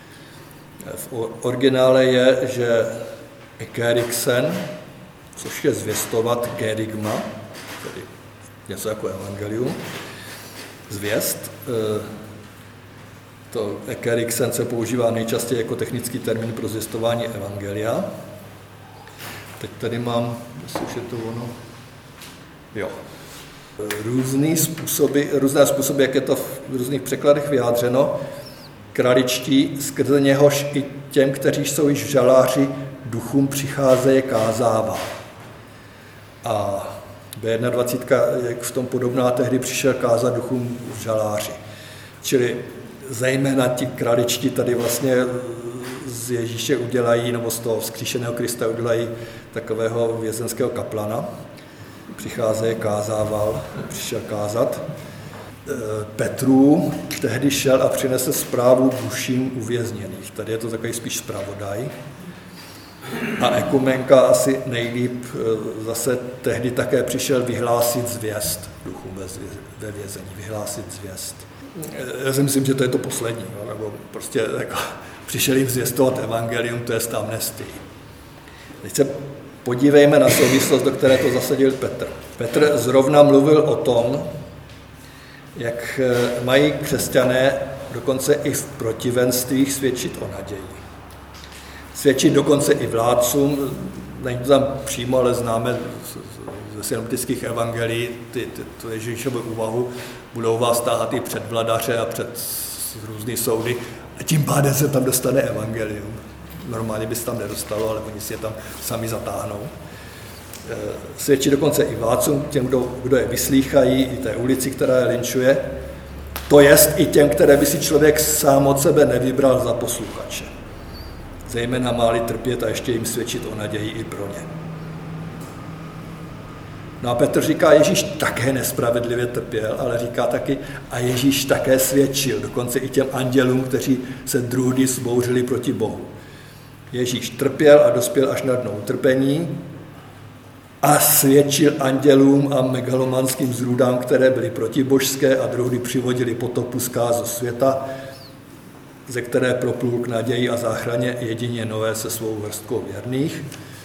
Speaker 1: V originále je, že ekerixen, což je zvěstovat, kerygma, tedy něco jako evangelium, zvěst. To ekerixen se používá nejčastěji jako technický termín pro zvěstování evangelia. Teď tady mám, jestli už je to ono, jo. různé způsoby, jak je to v různých překladech vyjádřeno. Kraličtí, skrze něhož i těm, kteří jsou již v žaláři, duchům přicházeje kázává. A B21, jak v tom podobná, tehdy přišel kázat duchům v žaláři. Čili zejména ti kraličtí tady vlastně z Ježíše udělají, nebo z toho vzkříšeného Krista udělají takového vězenského kaplana. Přicházeje kázával, přišel kázat. Petru tehdy šel a přinesl zprávu duším uvězněných. Tady je to takový spíš zpravodaj. A ekumenka asi nejlíp zase tehdy také přišel vyhlásit zvěst duchům ve vězení, vyhlásit zvěst. Já si myslím, že to je to poslední, nebo prostě jako, přišel jim zvěstovat evangelium, to je amnestii. Teď se podívejme na souvislost, do které to zasadil Petr. Petr zrovna mluvil o tom, jak mají křesťané dokonce i v protivenstvích svědčit o naději. Svědčit dokonce i vládcům, není to tam přímo, ale známe ze synoptických evangelií tu Ježíšovu úvahu, budou vás táhat i před vladaře a před různý soudy a tím pádem se tam dostane evangelium. Normálně by se tam nedostalo, ale oni si je tam sami zatáhnou. Svědčí dokonce i vládcům, těm, kdo je vyslýchají, i té ulici, která je linčuje. To jest i těm, které by si člověk sám od sebe nevybral za posluchače. Zejména máli trpět a ještě jim svědčit o naději i pro ně. No a Petr říká, Ježíš také nespravedlivě trpěl, ale říká taky, a Ježíš také svědčil, dokonce i těm andělům, kteří se druhdy vzbouřili proti Bohu. Ježíš trpěl a dospěl až na dno utrpení a svědčil andělům a megalomanským zrůdám, které byly protibožské a druhdy přivodili potopu zkázu světa, ze které proplul k naději a záchraně jedině Noé se svou vrstkou věrných.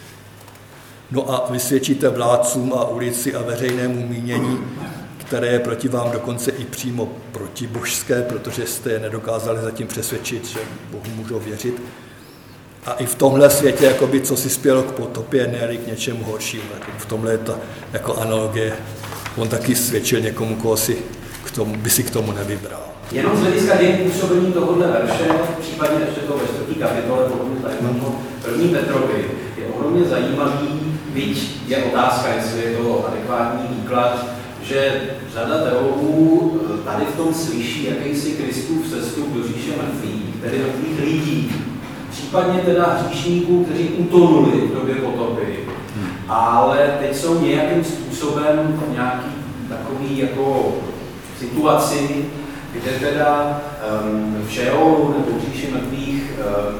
Speaker 1: No a vysvědčíte vládcům a ulici a veřejnému mínění, které je proti vám dokonce i přímo protibožské, protože jste je nedokázali zatím přesvědčit, že Bohu můžou věřit. A i v tomhle světě, jakoby, co si spělo k potopě, ne k něčemu horšímu. V tomhle je to jako analogie. On taky svědčil někomu, koho by si k tomu nevybral.
Speaker 2: Jenom z hlediska dějin působení tohohle verše, případně ještě to ve 4. kapitole, pokud tady mám 1. Petrovi, je ohromně zajímavý, byť je otázka, jestli je to adekvátní výklad, že řada teologů tady v tom slyší jakýsi Kristův sestup do říše mrtvých, tedy mrtvých lidí, případně teda hříšníků, kteří utonuli v době potopy, ale teď jsou nějakým způsobem nějaký takový jako situaci, kde teda v Šeolu nebo v říši mrtvých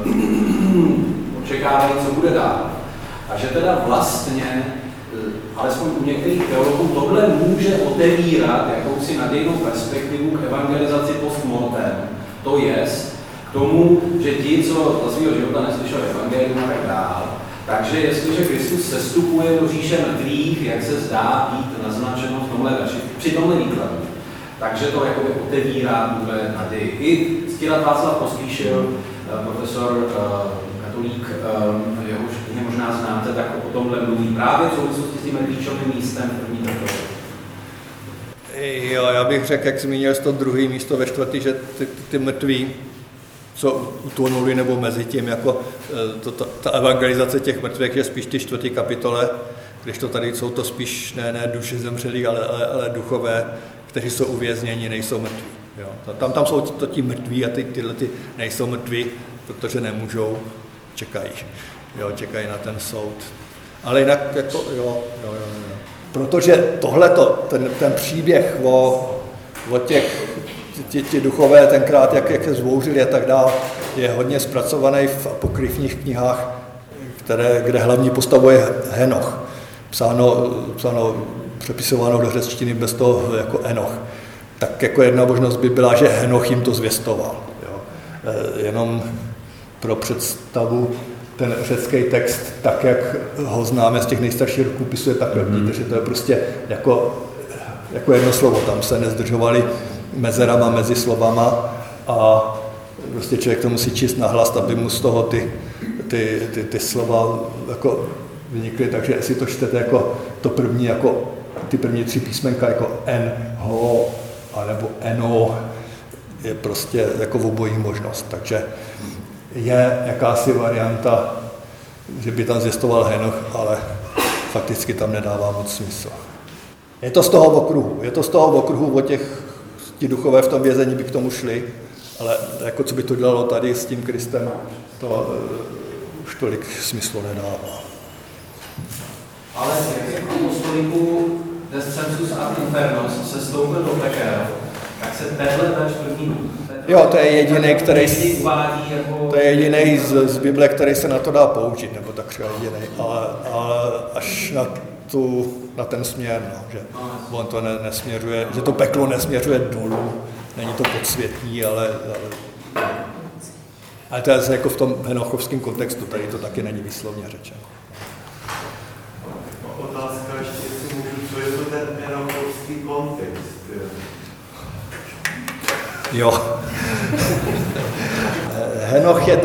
Speaker 2: očekávají, co bude dál. A že teda vlastně, alespoň u některých teologů, tohle může otevírat jakousi nadějnou perspektivu k evangelizaci post mortem. To jest k tomu, že ti, co za svého života neslyšeli evangelium a tak dál, takže jestliže Kristus sestupuje do říše mrtvých, jak se zdá být naznačeno v tomhle verši, při tomhle výkladu, takže to jakoby otevírá tuhle naději. I Ctirad Václav Pospíšil, profesor katolík, jehož knihy možná znáte, tak o tomhle mluví právě v souvislosti s tím klíčovým místem první Petrovi.
Speaker 1: Jo, já bych řekl, jak zmínil jsi to druhé místo ve 4., že ty mrtví, co utonuli nebo mezi tím, jako ta evangelizace těch mrtvých je spíš ty 4. kapitole, když to tady jsou to spíš ne duše zemřelých, ale duchové, kteří jsou uvězněni, nejsou mrtví. Jo. Tam jsou to ti mrtví a tyhle nejsou mrtví, protože nemůžou, čekají na ten soud. Ale jinak jako jo. Protože tohleto, ten příběh o těch ti duchové tenkrát, jak se zbouřili a tak dále, je hodně zpracovaný v apokryfních knihách, kde hlavní postavou je Henoch. Psáno přepisováno do řečtiny bez toho jako Enoch. Tak jako jedna možnost by byla, že Henoch jim to zvěstoval. Jo. Jenom pro představu, ten řecký text, tak jak ho známe z těch nejstarších rukopisů, je takhle. Vidíte, že to je prostě jako jedno slovo. Tam se nezdržovali mezerama mezi slovama a prostě člověk to musí číst nahlas, aby mu z toho ty slova jako vynikly. Takže jestli to čtete jako to první jako ty první 3 písmenka jako N, ho, anebo Eno, je prostě jako obojí možnost. Takže je jakási varianta, že by tam zjistoval Henoch, ale fakticky tam nedává moc smysl. Je to z toho okruhu, o ti duchové v tom vězení by k tomu šli, ale jako co by to dělalo tady s tím Kristem, to už tolik smyslu nedává.
Speaker 2: Ale jak apostoliku Descensus ad Infernos se stoupil do pekel, tak se tenhle verš první.
Speaker 1: Jo, to je jediný, který
Speaker 2: uvádí jako...
Speaker 1: To je jediný z Bible, který se na to dá použít, nebo tak třeba jediný, ale až na ten směr, no, že on to nesměřuje, že to peklo nesměřuje dolů, není to podsvětní, ale to je jako v tom henochovském kontextu, tady to taky není výslovně řečeno.
Speaker 3: Otázka ještě, jestli můžu, co je to ten henochovský kontext?
Speaker 1: Jo. Henoch je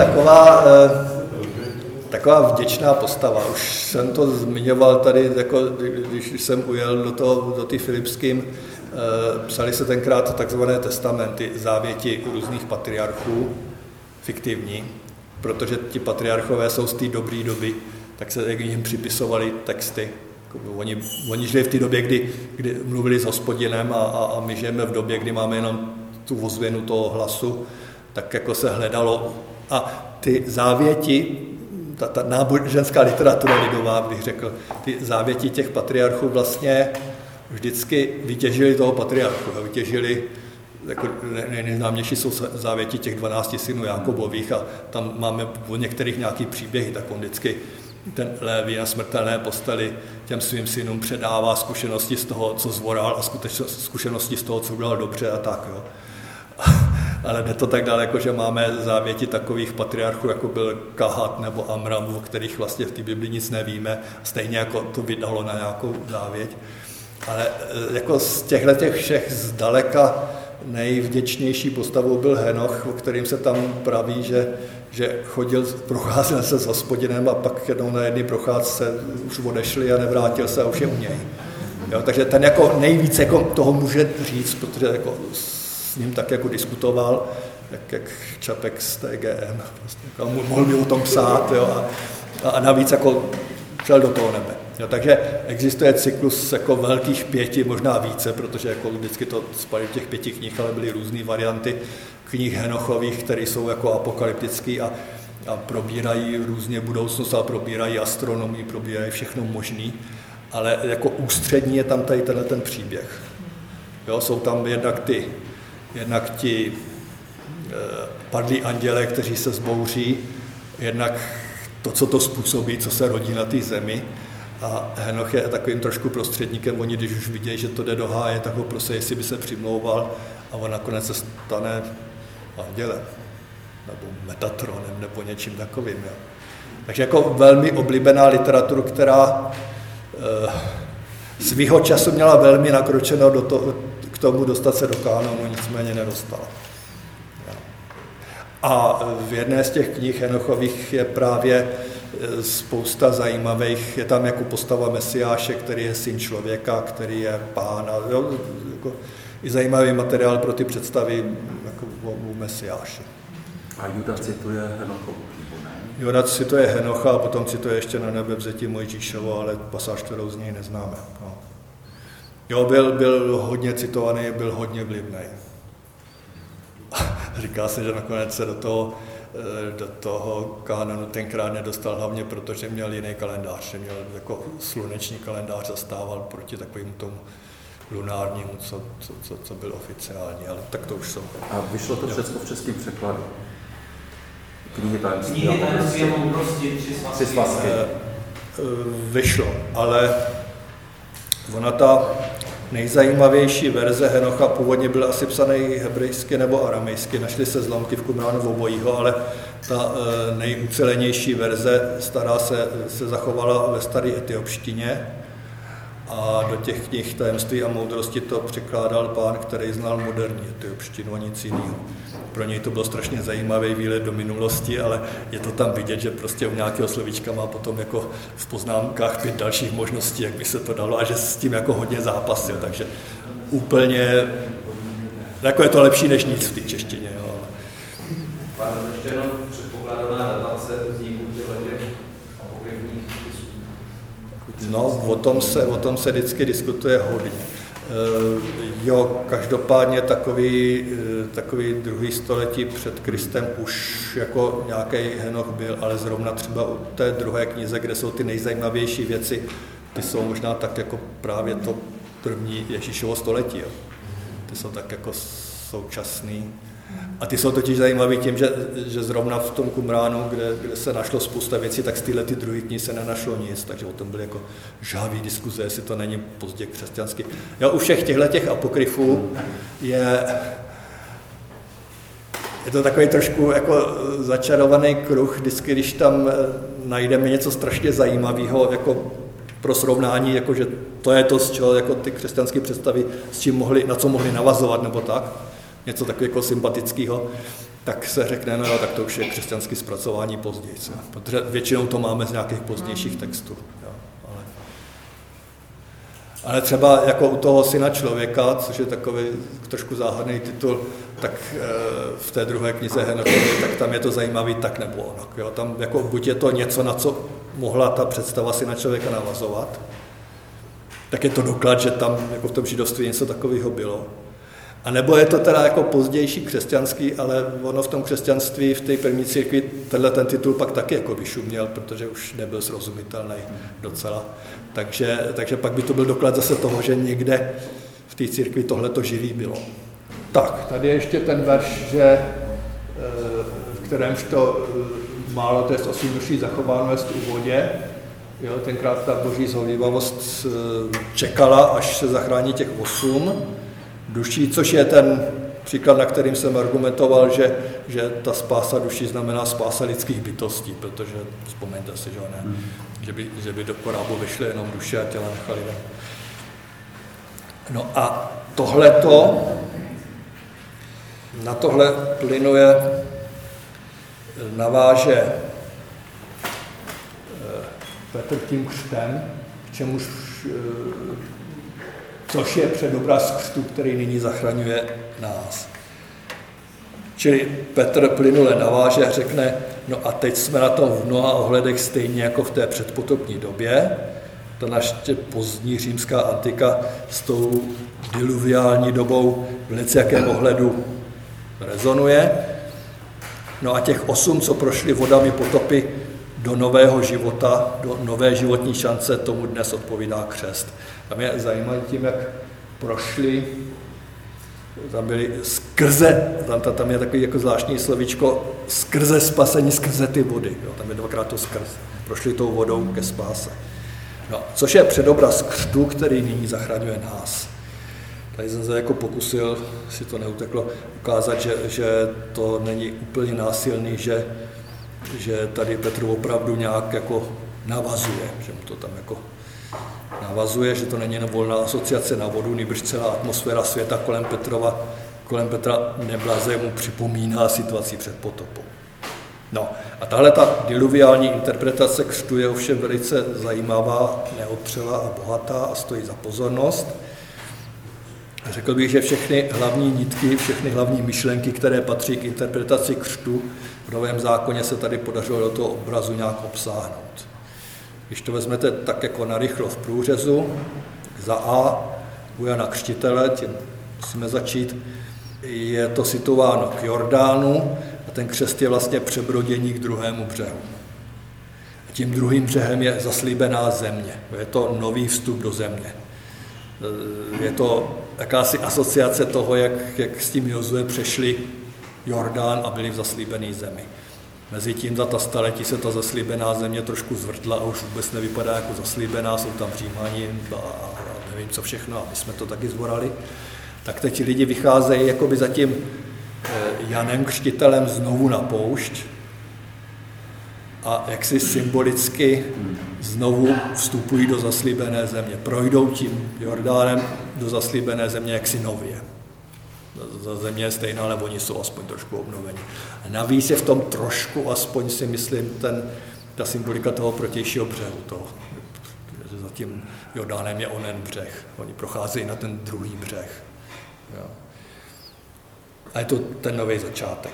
Speaker 1: taková vděčná postava. Už jsem to zmiňoval tady, jako, když jsem ujel do té Filipským, psali se tenkrát takzvané testamenty, závěti různých patriarchů, fiktivní, protože ti patriarchové jsou z té dobré doby, tak se jim připisovali texty. Oni žili v té době, kdy mluvili s Hospodinem a my žijeme v době, kdy máme jenom tu ozvěnu toho hlasu, tak jako se hledalo. A ty závěti, ta náboženská literatura lidová, bych řekl, ty závěti těch patriarchů vlastně vždycky vytěžili toho patriarchu. Vytěžili, jako nejznámější jsou závěti těch 12 synů Jákobových a tam máme o některých nějaký příběhy, tak on vždycky ten Lévi na smrtelné posteli těm svým synům předává zkušenosti z toho, co zvoral a zkušenosti z toho, co udělal dobře a tak. Jo. Ale jde to tak daleko, že máme závěti takových patriarchů, jako byl Kahat nebo Amram, o kterých vlastně v té Bibli nic nevíme, stejně jako to vydalo na nějakou závěť. Ale jako z těchto všech zdaleka nejvděčnější postavou byl Henoch, o kterým se tam praví, že procházel se s Hospodinem a pak jednou na jedné procházce už odešli a nevrátil se a už je u něj. Jo, takže ten jako nejvíc jako toho může říct, protože jako s ním tak jako diskutoval, jak Čapek z TGM, prostě, mohl by o tom psát, jo, a navíc jako šel do toho nebe. Jo, takže existuje cyklus jako velkých 5, možná více, protože jako vždycky to spadí těch 5 knih, ale byly různé varianty knih Henochových, které jsou jako apokalyptické a probírají různě budoucnost, a probírají astronomii, probírají všechno možný, ale jako ústřední je tam tady ten příběh. Jo, jsou tam jednak ti padlí anděle, kteří se zbouří, jednak to, co to způsobí, co se rodí na té zemi. A Henoch je takovým trošku prostředníkem, oni když už vidějí, že to jde do háje, tak ho prosí, jestli by se přimlouval a on nakonec se stane andělem, nebo Metatronem, nebo něčím takovým. Jo. Takže jako velmi oblíbená literatura, která svýho času měla velmi nakročeno k tomu dostat se do kánonu, nicméně nedostala. A v jedné z těch knih Henochových je právě spousta zajímavých, je tam jako postava Mesiáše, který je syn člověka, který je pán, a jo, jako i zajímavý materiál pro ty představy jako o Mesiáši.
Speaker 4: A Juda cituje Henochovu, ne?
Speaker 1: Juda cituje Henocha a potom cituje ještě na nebe vzetí Mojžíšovo, ale pasáž, kterou z něj neznáme. No. Jo, byl hodně citovaný, byl hodně vlivný. Říká se, že nakonec se do toho kánonu tenkrát nedostal, hlavně protože měl jiný kalendář, že měl jako sluneční kalendář, zastával proti takovému tomu lunárnímu, co byl oficiální, ale tak to už jsou.
Speaker 4: A vyšlo to všechno v českém překladu? Knihy tajemství
Speaker 2: a moudrosti, 3 svazky.
Speaker 1: Vyšlo, ale ona ta nejzajímavější verze Henocha původně byla asi psaný hebrejsky nebo aramejsky, našly se zlomky v Qumránu obojího, ale ta nejucelenější verze stará se zachovala ve staré etiopštině A do těch knih Tajemství a moudrosti to překládal pán, který znal moderní etiopštinu a nic jiného. Pro něj to byl strašně zajímavý výlet do minulosti, ale je to tam vidět, že prostě u nějakého slovíčka má potom jako v poznámkách 5 dalších možností, jak by se to dalo, a že s tím jako hodně zápasil, takže úplně, jako je to lepší než nic v té češtině. Jo.
Speaker 2: Pane, ještě jenom předpokládaná datace vzniku těch apokryfních spisů.
Speaker 1: No, o tom se vždycky diskutuje hodně. Jo, každopádně takový druhý století před Kristem už jako nějaký Henoch byl, ale zrovna třeba u té druhé knize, kde jsou ty nejzajímavější věci, ty jsou možná tak jako právě to první Ježíšovo století. Jo. Ty jsou tak jako současný. A ty jsou totiž zajímavý tím, že zrovna v tom Qumránu, kde se našlo spousta věcí, tak z této druhé knihy se nenašlo nic, takže o tom byly jako žhavý diskuze, jestli to není pozdě křesťanský. Jo, u všech těchto apokryfů je to takový trošku jako začarovaný kruh, vždycky, když tam najdeme něco strašně zajímavého, jako pro srovnání, jako že to je to, z čeho jako ty křesťanské představy, na co mohli navazovat nebo tak, něco takového jako sympatického, tak se řekne, no tak to už je křesťanské zpracování později, protože většinou to máme z nějakých pozdějších textů. Jo, ale třeba jako u toho Syna člověka, což je takový trošku záhadný titul, tak v té druhé knize Henochovi, tak tam je to zajímavý tak nebo onak. Jo, tam jako buď je to něco, na co mohla ta představa Syna člověka navazovat, tak je to doklad, že tam jako v tom židovství něco takového bylo. A nebo je to teda jako pozdější křesťanský, ale ono v tom křesťanství, v té první církvi, ten titul pak taky jako vyšuměl, protože už nebyl srozumitelný docela. Takže pak by to byl doklad zase toho, že někde v té církvi tohleto živý bylo. Tak, tady je ještě ten verš, že v kterémž to málo, to je 8 duší zachováno jest u vodě. Jo, tenkrát ta boží zhovívavost čekala, až se zachrání těch 8 duší, což je ten příklad, na kterým jsem argumentoval, že ta spása duší znamená spása lidských bytostí, protože vzpomeňte si, že by do korábu vyšly jenom duše a těla nechali ven. No a na tohle plynuje, naváže Petr tím křtem, k čemuž což je předobraz křtu, který nyní zachraňuje nás. Čili Petr plynule naváže a řekne, no a teď jsme na tom v mnoha ohledech stejně jako v té předpotopní době. Ta naše pozdní římská antika s tou diluviální dobou v jakém ohledu rezonuje. No a těch 8, co prošli vodami potopy do nového života, do nové životní šance, tomu dnes odpovídá křest. Tam je zajímavé tím, jak prošli, tam byli skrze, tam je takový jako zvláštní slovíčko, skrze spasení, skrze ty vody. Jo, tam je 2krát to skrz. Prošli tou vodou ke spáse. No, což je předobraz křtu, který nyní zachraňuje nás. Tady jsem se jako pokusil, si to neuteklo, ukázat, že to není úplně násilný, že tady Petr opravdu nějak jako navazuje, že mu to tam jako navazuje, že to není jen volná asociace na vodu, nýbrž celá atmosféra světa kolem Petra neblaze mu připomíná situaci před potopou. No a tahle ta diluviální interpretace křtu je ovšem velice zajímavá, neotřelá a bohatá a stojí za pozornost. Řekl bych, že všechny hlavní nitky, všechny hlavní myšlenky, které patří k interpretaci křtu, v Novém zákoně se tady podařilo do toho obrazu nějak obsáhnout. Když to vezmete tak jako narychlo v průřezu, za A, u Jana Křtitele, tím musíme začít, je to situováno k Jordánu a ten křest je vlastně přebrodění k druhému břehu. A tím druhým břehem je zaslíbená země, je to nový vstup do země. Je to jakási asociace toho, jak s tím Jozue přešli Jordán a byli v zaslíbené zemi. Mezitím za ta staletí se ta zaslíbená země trošku zvrtla a už vůbec nevypadá jako zaslíbená, jsou tam Římani a nevím co všechno, a my jsme to taky zvorali. Tak teď lidi vycházejí jakoby za tím Janem Křtitelem znovu na poušť a jaksi symbolicky znovu vstupují do zaslíbené země. Projdou tím Jordánem do zaslíbené země jaksi nově. Ta země je stejná, ale oni jsou aspoň trošku obnoveni. A navíc je v tom trošku, aspoň si myslím, ta symbolika toho protějšího břehu. Že za tím Jordánem je onen břeh. Oni procházejí na ten druhý břeh. Jo. A je to ten nový začátek.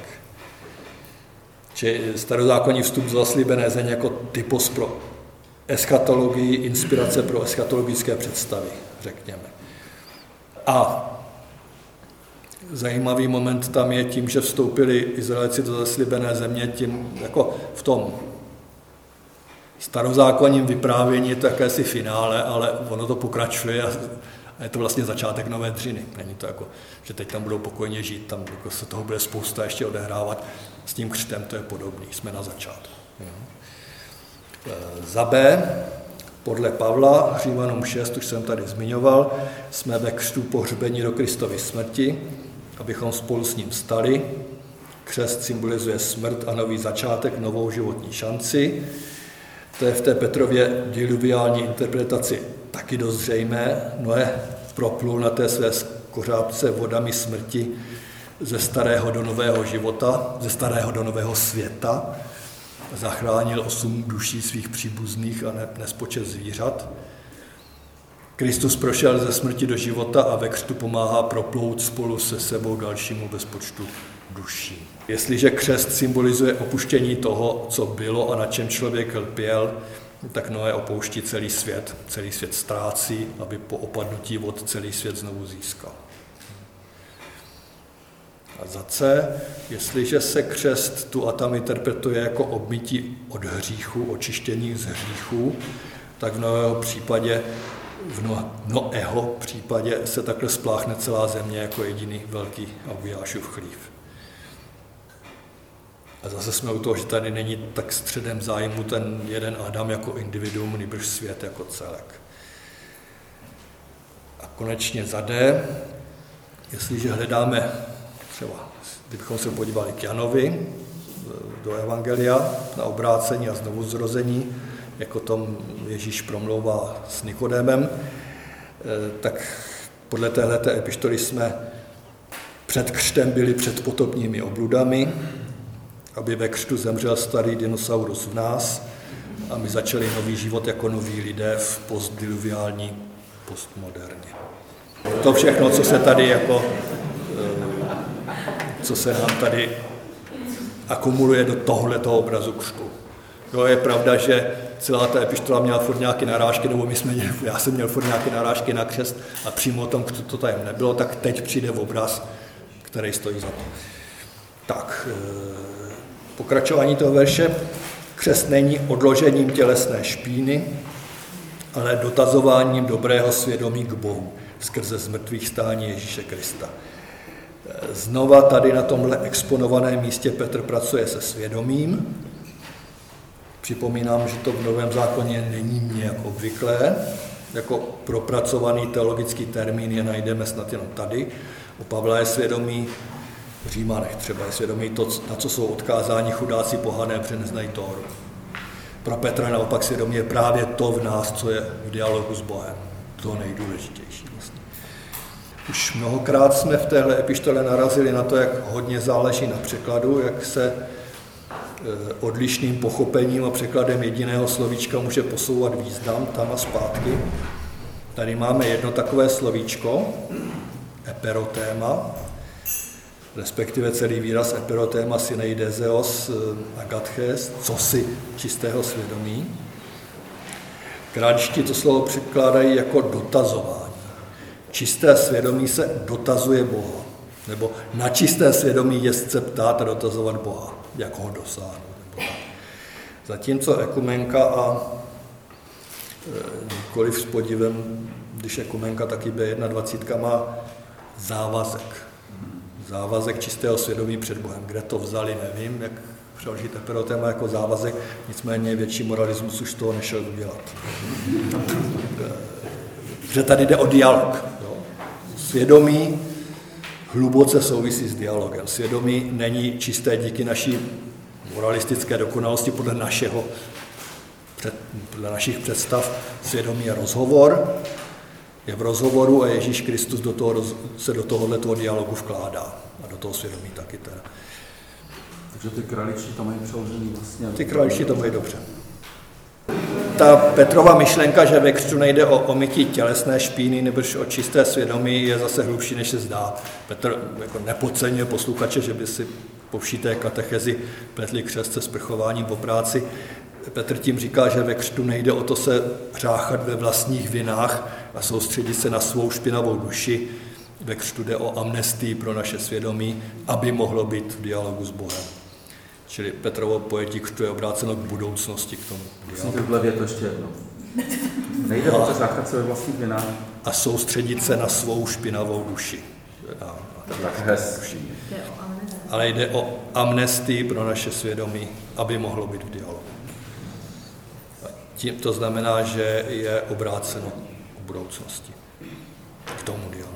Speaker 1: Či starozákonní vstup z zaslíbené země jako typos pro eschatologii, inspirace pro eschatologické představy, řekněme. A zajímavý moment tam je tím, že vstoupili Izraelci do zaslíbené země, tím jako v tom starozákonním vyprávění je to jakési finále, ale ono to pokračuje a je to vlastně začátek nové dřiny. Není to jako, že teď tam budou pokojně žít, tam jako se toho bude spousta ještě odehrávat. S tím křtem to je podobný, jsme na začátku. Za B, podle Pavla, Římanům 6, už jsem tady zmiňoval, jsme ve křtu pohřbení do Kristovy smrti, abychom spolu s ním vstali. Křest symbolizuje smrt a nový začátek, novou životní šanci. To je v té Petrově diluviální interpretaci taky dost zřejmé. Noé proplul na té své kořápce vodami smrti ze starého do nového života, ze starého do nového světa. Zachránil 8 duší svých příbuzných a nespočet zvířat. Kristus prošel ze smrti do života a ve křtu pomáhá proplout spolu se sebou dalšímu bezpočtu duší. Jestliže křest symbolizuje opuštění toho, co bylo a na čem člověk lpěl, tak Noé opouští celý svět ztrácí, aby po opadnutí vod celý svět znovu získal. A za C, jestliže se křest tu a tam interpretuje jako obmytí od hříchu, očištění z hříchů, tak v Noého případě se takhle spláchne celá země jako jediný velký Augiášův chlív. A zase jsme u toho, že tady není tak středem zájmu ten jeden Adam jako individuum, nýbrž svět jako celek. A konečně za D, jestliže hledáme třeba, kdybychom se podívali k Janovi, do Evangelia, na obrácení a znovuzrození, jako tom Ježíš promlouvá s Nikodémem, tak podle téhleté epištoly jsme před křtem byli před potopními obludami, aby ve křtu zemřel starý dinosaurus v nás a my začali nový život jako noví lidé v postdiluviální postmoderně. To všechno, co se tady jako co se nám tady akumuluje do tohoto obrazu křtu. No, je pravda, že celá ta epištola měla furt nějaké narážky, nebo já jsem měl furt nějaké narážky na křest a přímo o tom křtu to tady nebylo, tak teď přijde obraz, který stojí za to. Tak, pokračování toho verše. Křest není odložením tělesné špíny, ale dotazováním dobrého svědomí k Bohu skrze zmrtvých stání Ježíše Krista. Znova tady na tomhle exponovaném místě Petr pracuje se svědomím. Připomínám, že to v Novém zákoně není nějak obvyklé. Jako propracovaný teologický termín je najdeme snad jenom tady. U Pavla je svědomí, v Římanech třeba je svědomí to, na co jsou odkázáni chudáci pohané, protože neznají Tóru. Pro Petra naopak svědomí je právě to v nás, co je v dialogu s Bohem. To nejdůležitější vlastně. Už mnohokrát jsme v téhle epištole narazili na to, jak hodně záleží na překladu, jak se odlišným pochopením a překladem jediného slovíčka může posouvat význam tam a zpátky. Tady máme jedno takové slovíčko, eperotéma, respektive celý výraz eperotéma syneidezeos agatches, cosi čistého svědomí. Králčtí to slovo překládají jako dotazování. Čisté svědomí se dotazuje Boha, nebo na čisté svědomí je se ptát a dotazovat Boha, jak ho dosáhnout. Zatímco ekumenka a nikoliv s podivem, když ekumenka taky B21 má závazek čistého svědomí před Bohem. Kde to vzali, nevím, jak přeložit eperotéma jako závazek, nicméně větší moralismus už toho nešel udělat. Že tady jde o dialog. Jo? Svědomí hluboce souvisí s dialogem. Svědomí není čisté díky naší moralistické dokonalosti podle našich představ. Svědomí je rozhovor, je v rozhovoru a Ježíš Kristus se do tohoto dialogu vkládá. A do toho svědomí taky teda.
Speaker 4: Takže ty kraličí to mají přeložený vlastně.
Speaker 1: Ty kraličí to mají dobře. Ta Petrova myšlenka, že ve křtu nejde o omytí tělesné špíny nebož o čisté svědomí, je zase hlubší, než se zdá. Petr jako nepodceňuje posluchače, že by si po vší té katechezi pletli křest se sprchováním po práci. Petr tím říká, že ve křtu nejde o to se řáchat ve vlastních vinách a soustředit se na svou špinavou duši. Ve křtu jde o amnestii pro naše svědomí, aby mohlo být v dialogu s Bohem. Čili Petrovo pojetí křtu je obráceno k budoucnosti, k tomu dialogu.
Speaker 4: Musíte v to ještě jedno. Nejde o to záchat se ve vlastních vinách.
Speaker 1: A soustředit se na svou špinavou duši.
Speaker 4: Tak hezky.
Speaker 1: Ale jde o amnestii pro naše svědomí, aby mohlo být v dialogu. Tím to znamená, že je obráceno k budoucnosti, k tomu dialogu.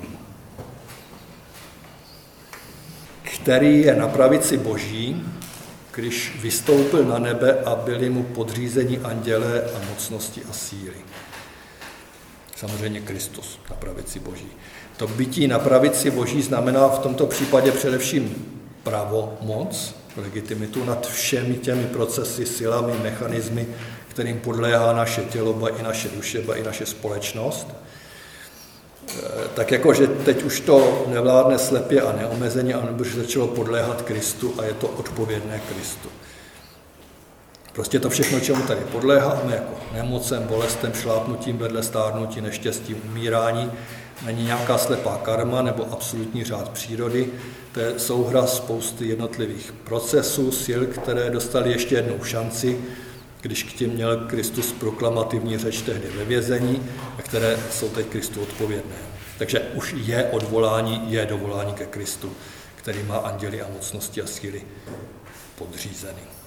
Speaker 1: Který je na pravici Boží, když vystoupil na nebe a byli mu podřízeni andělé a mocnosti a síly. Samozřejmě Kristus na pravici Boží. To bytí na pravici Boží znamená v tomto případě především pravomoc, legitimitu nad všemi těmi procesy, silami, mechanismy, kterým podléhá naše tělo, ba i naše duše, ba i naše společnost. Tak jako, že teď už to nevládne slepě a neomezeně, anebo že začalo podléhat Kristu a je to odpovědné Kristu. Prostě to všechno, čemu tady podléháme, jako nemocem, bolestem, šlápnutím, vedle stárnutí, neštěstím, umírání, není nějaká slepá karma nebo absolutní řád přírody, to je souhra spousty jednotlivých procesů, sil, které dostali ještě jednou šanci, když k tím měl Kristus proklamativní řeč tehdy ve vězení, a které jsou teď Kristu odpovědné. Takže už je dovolání ke Kristu, který má anděli a mocnosti a síly podřízeny.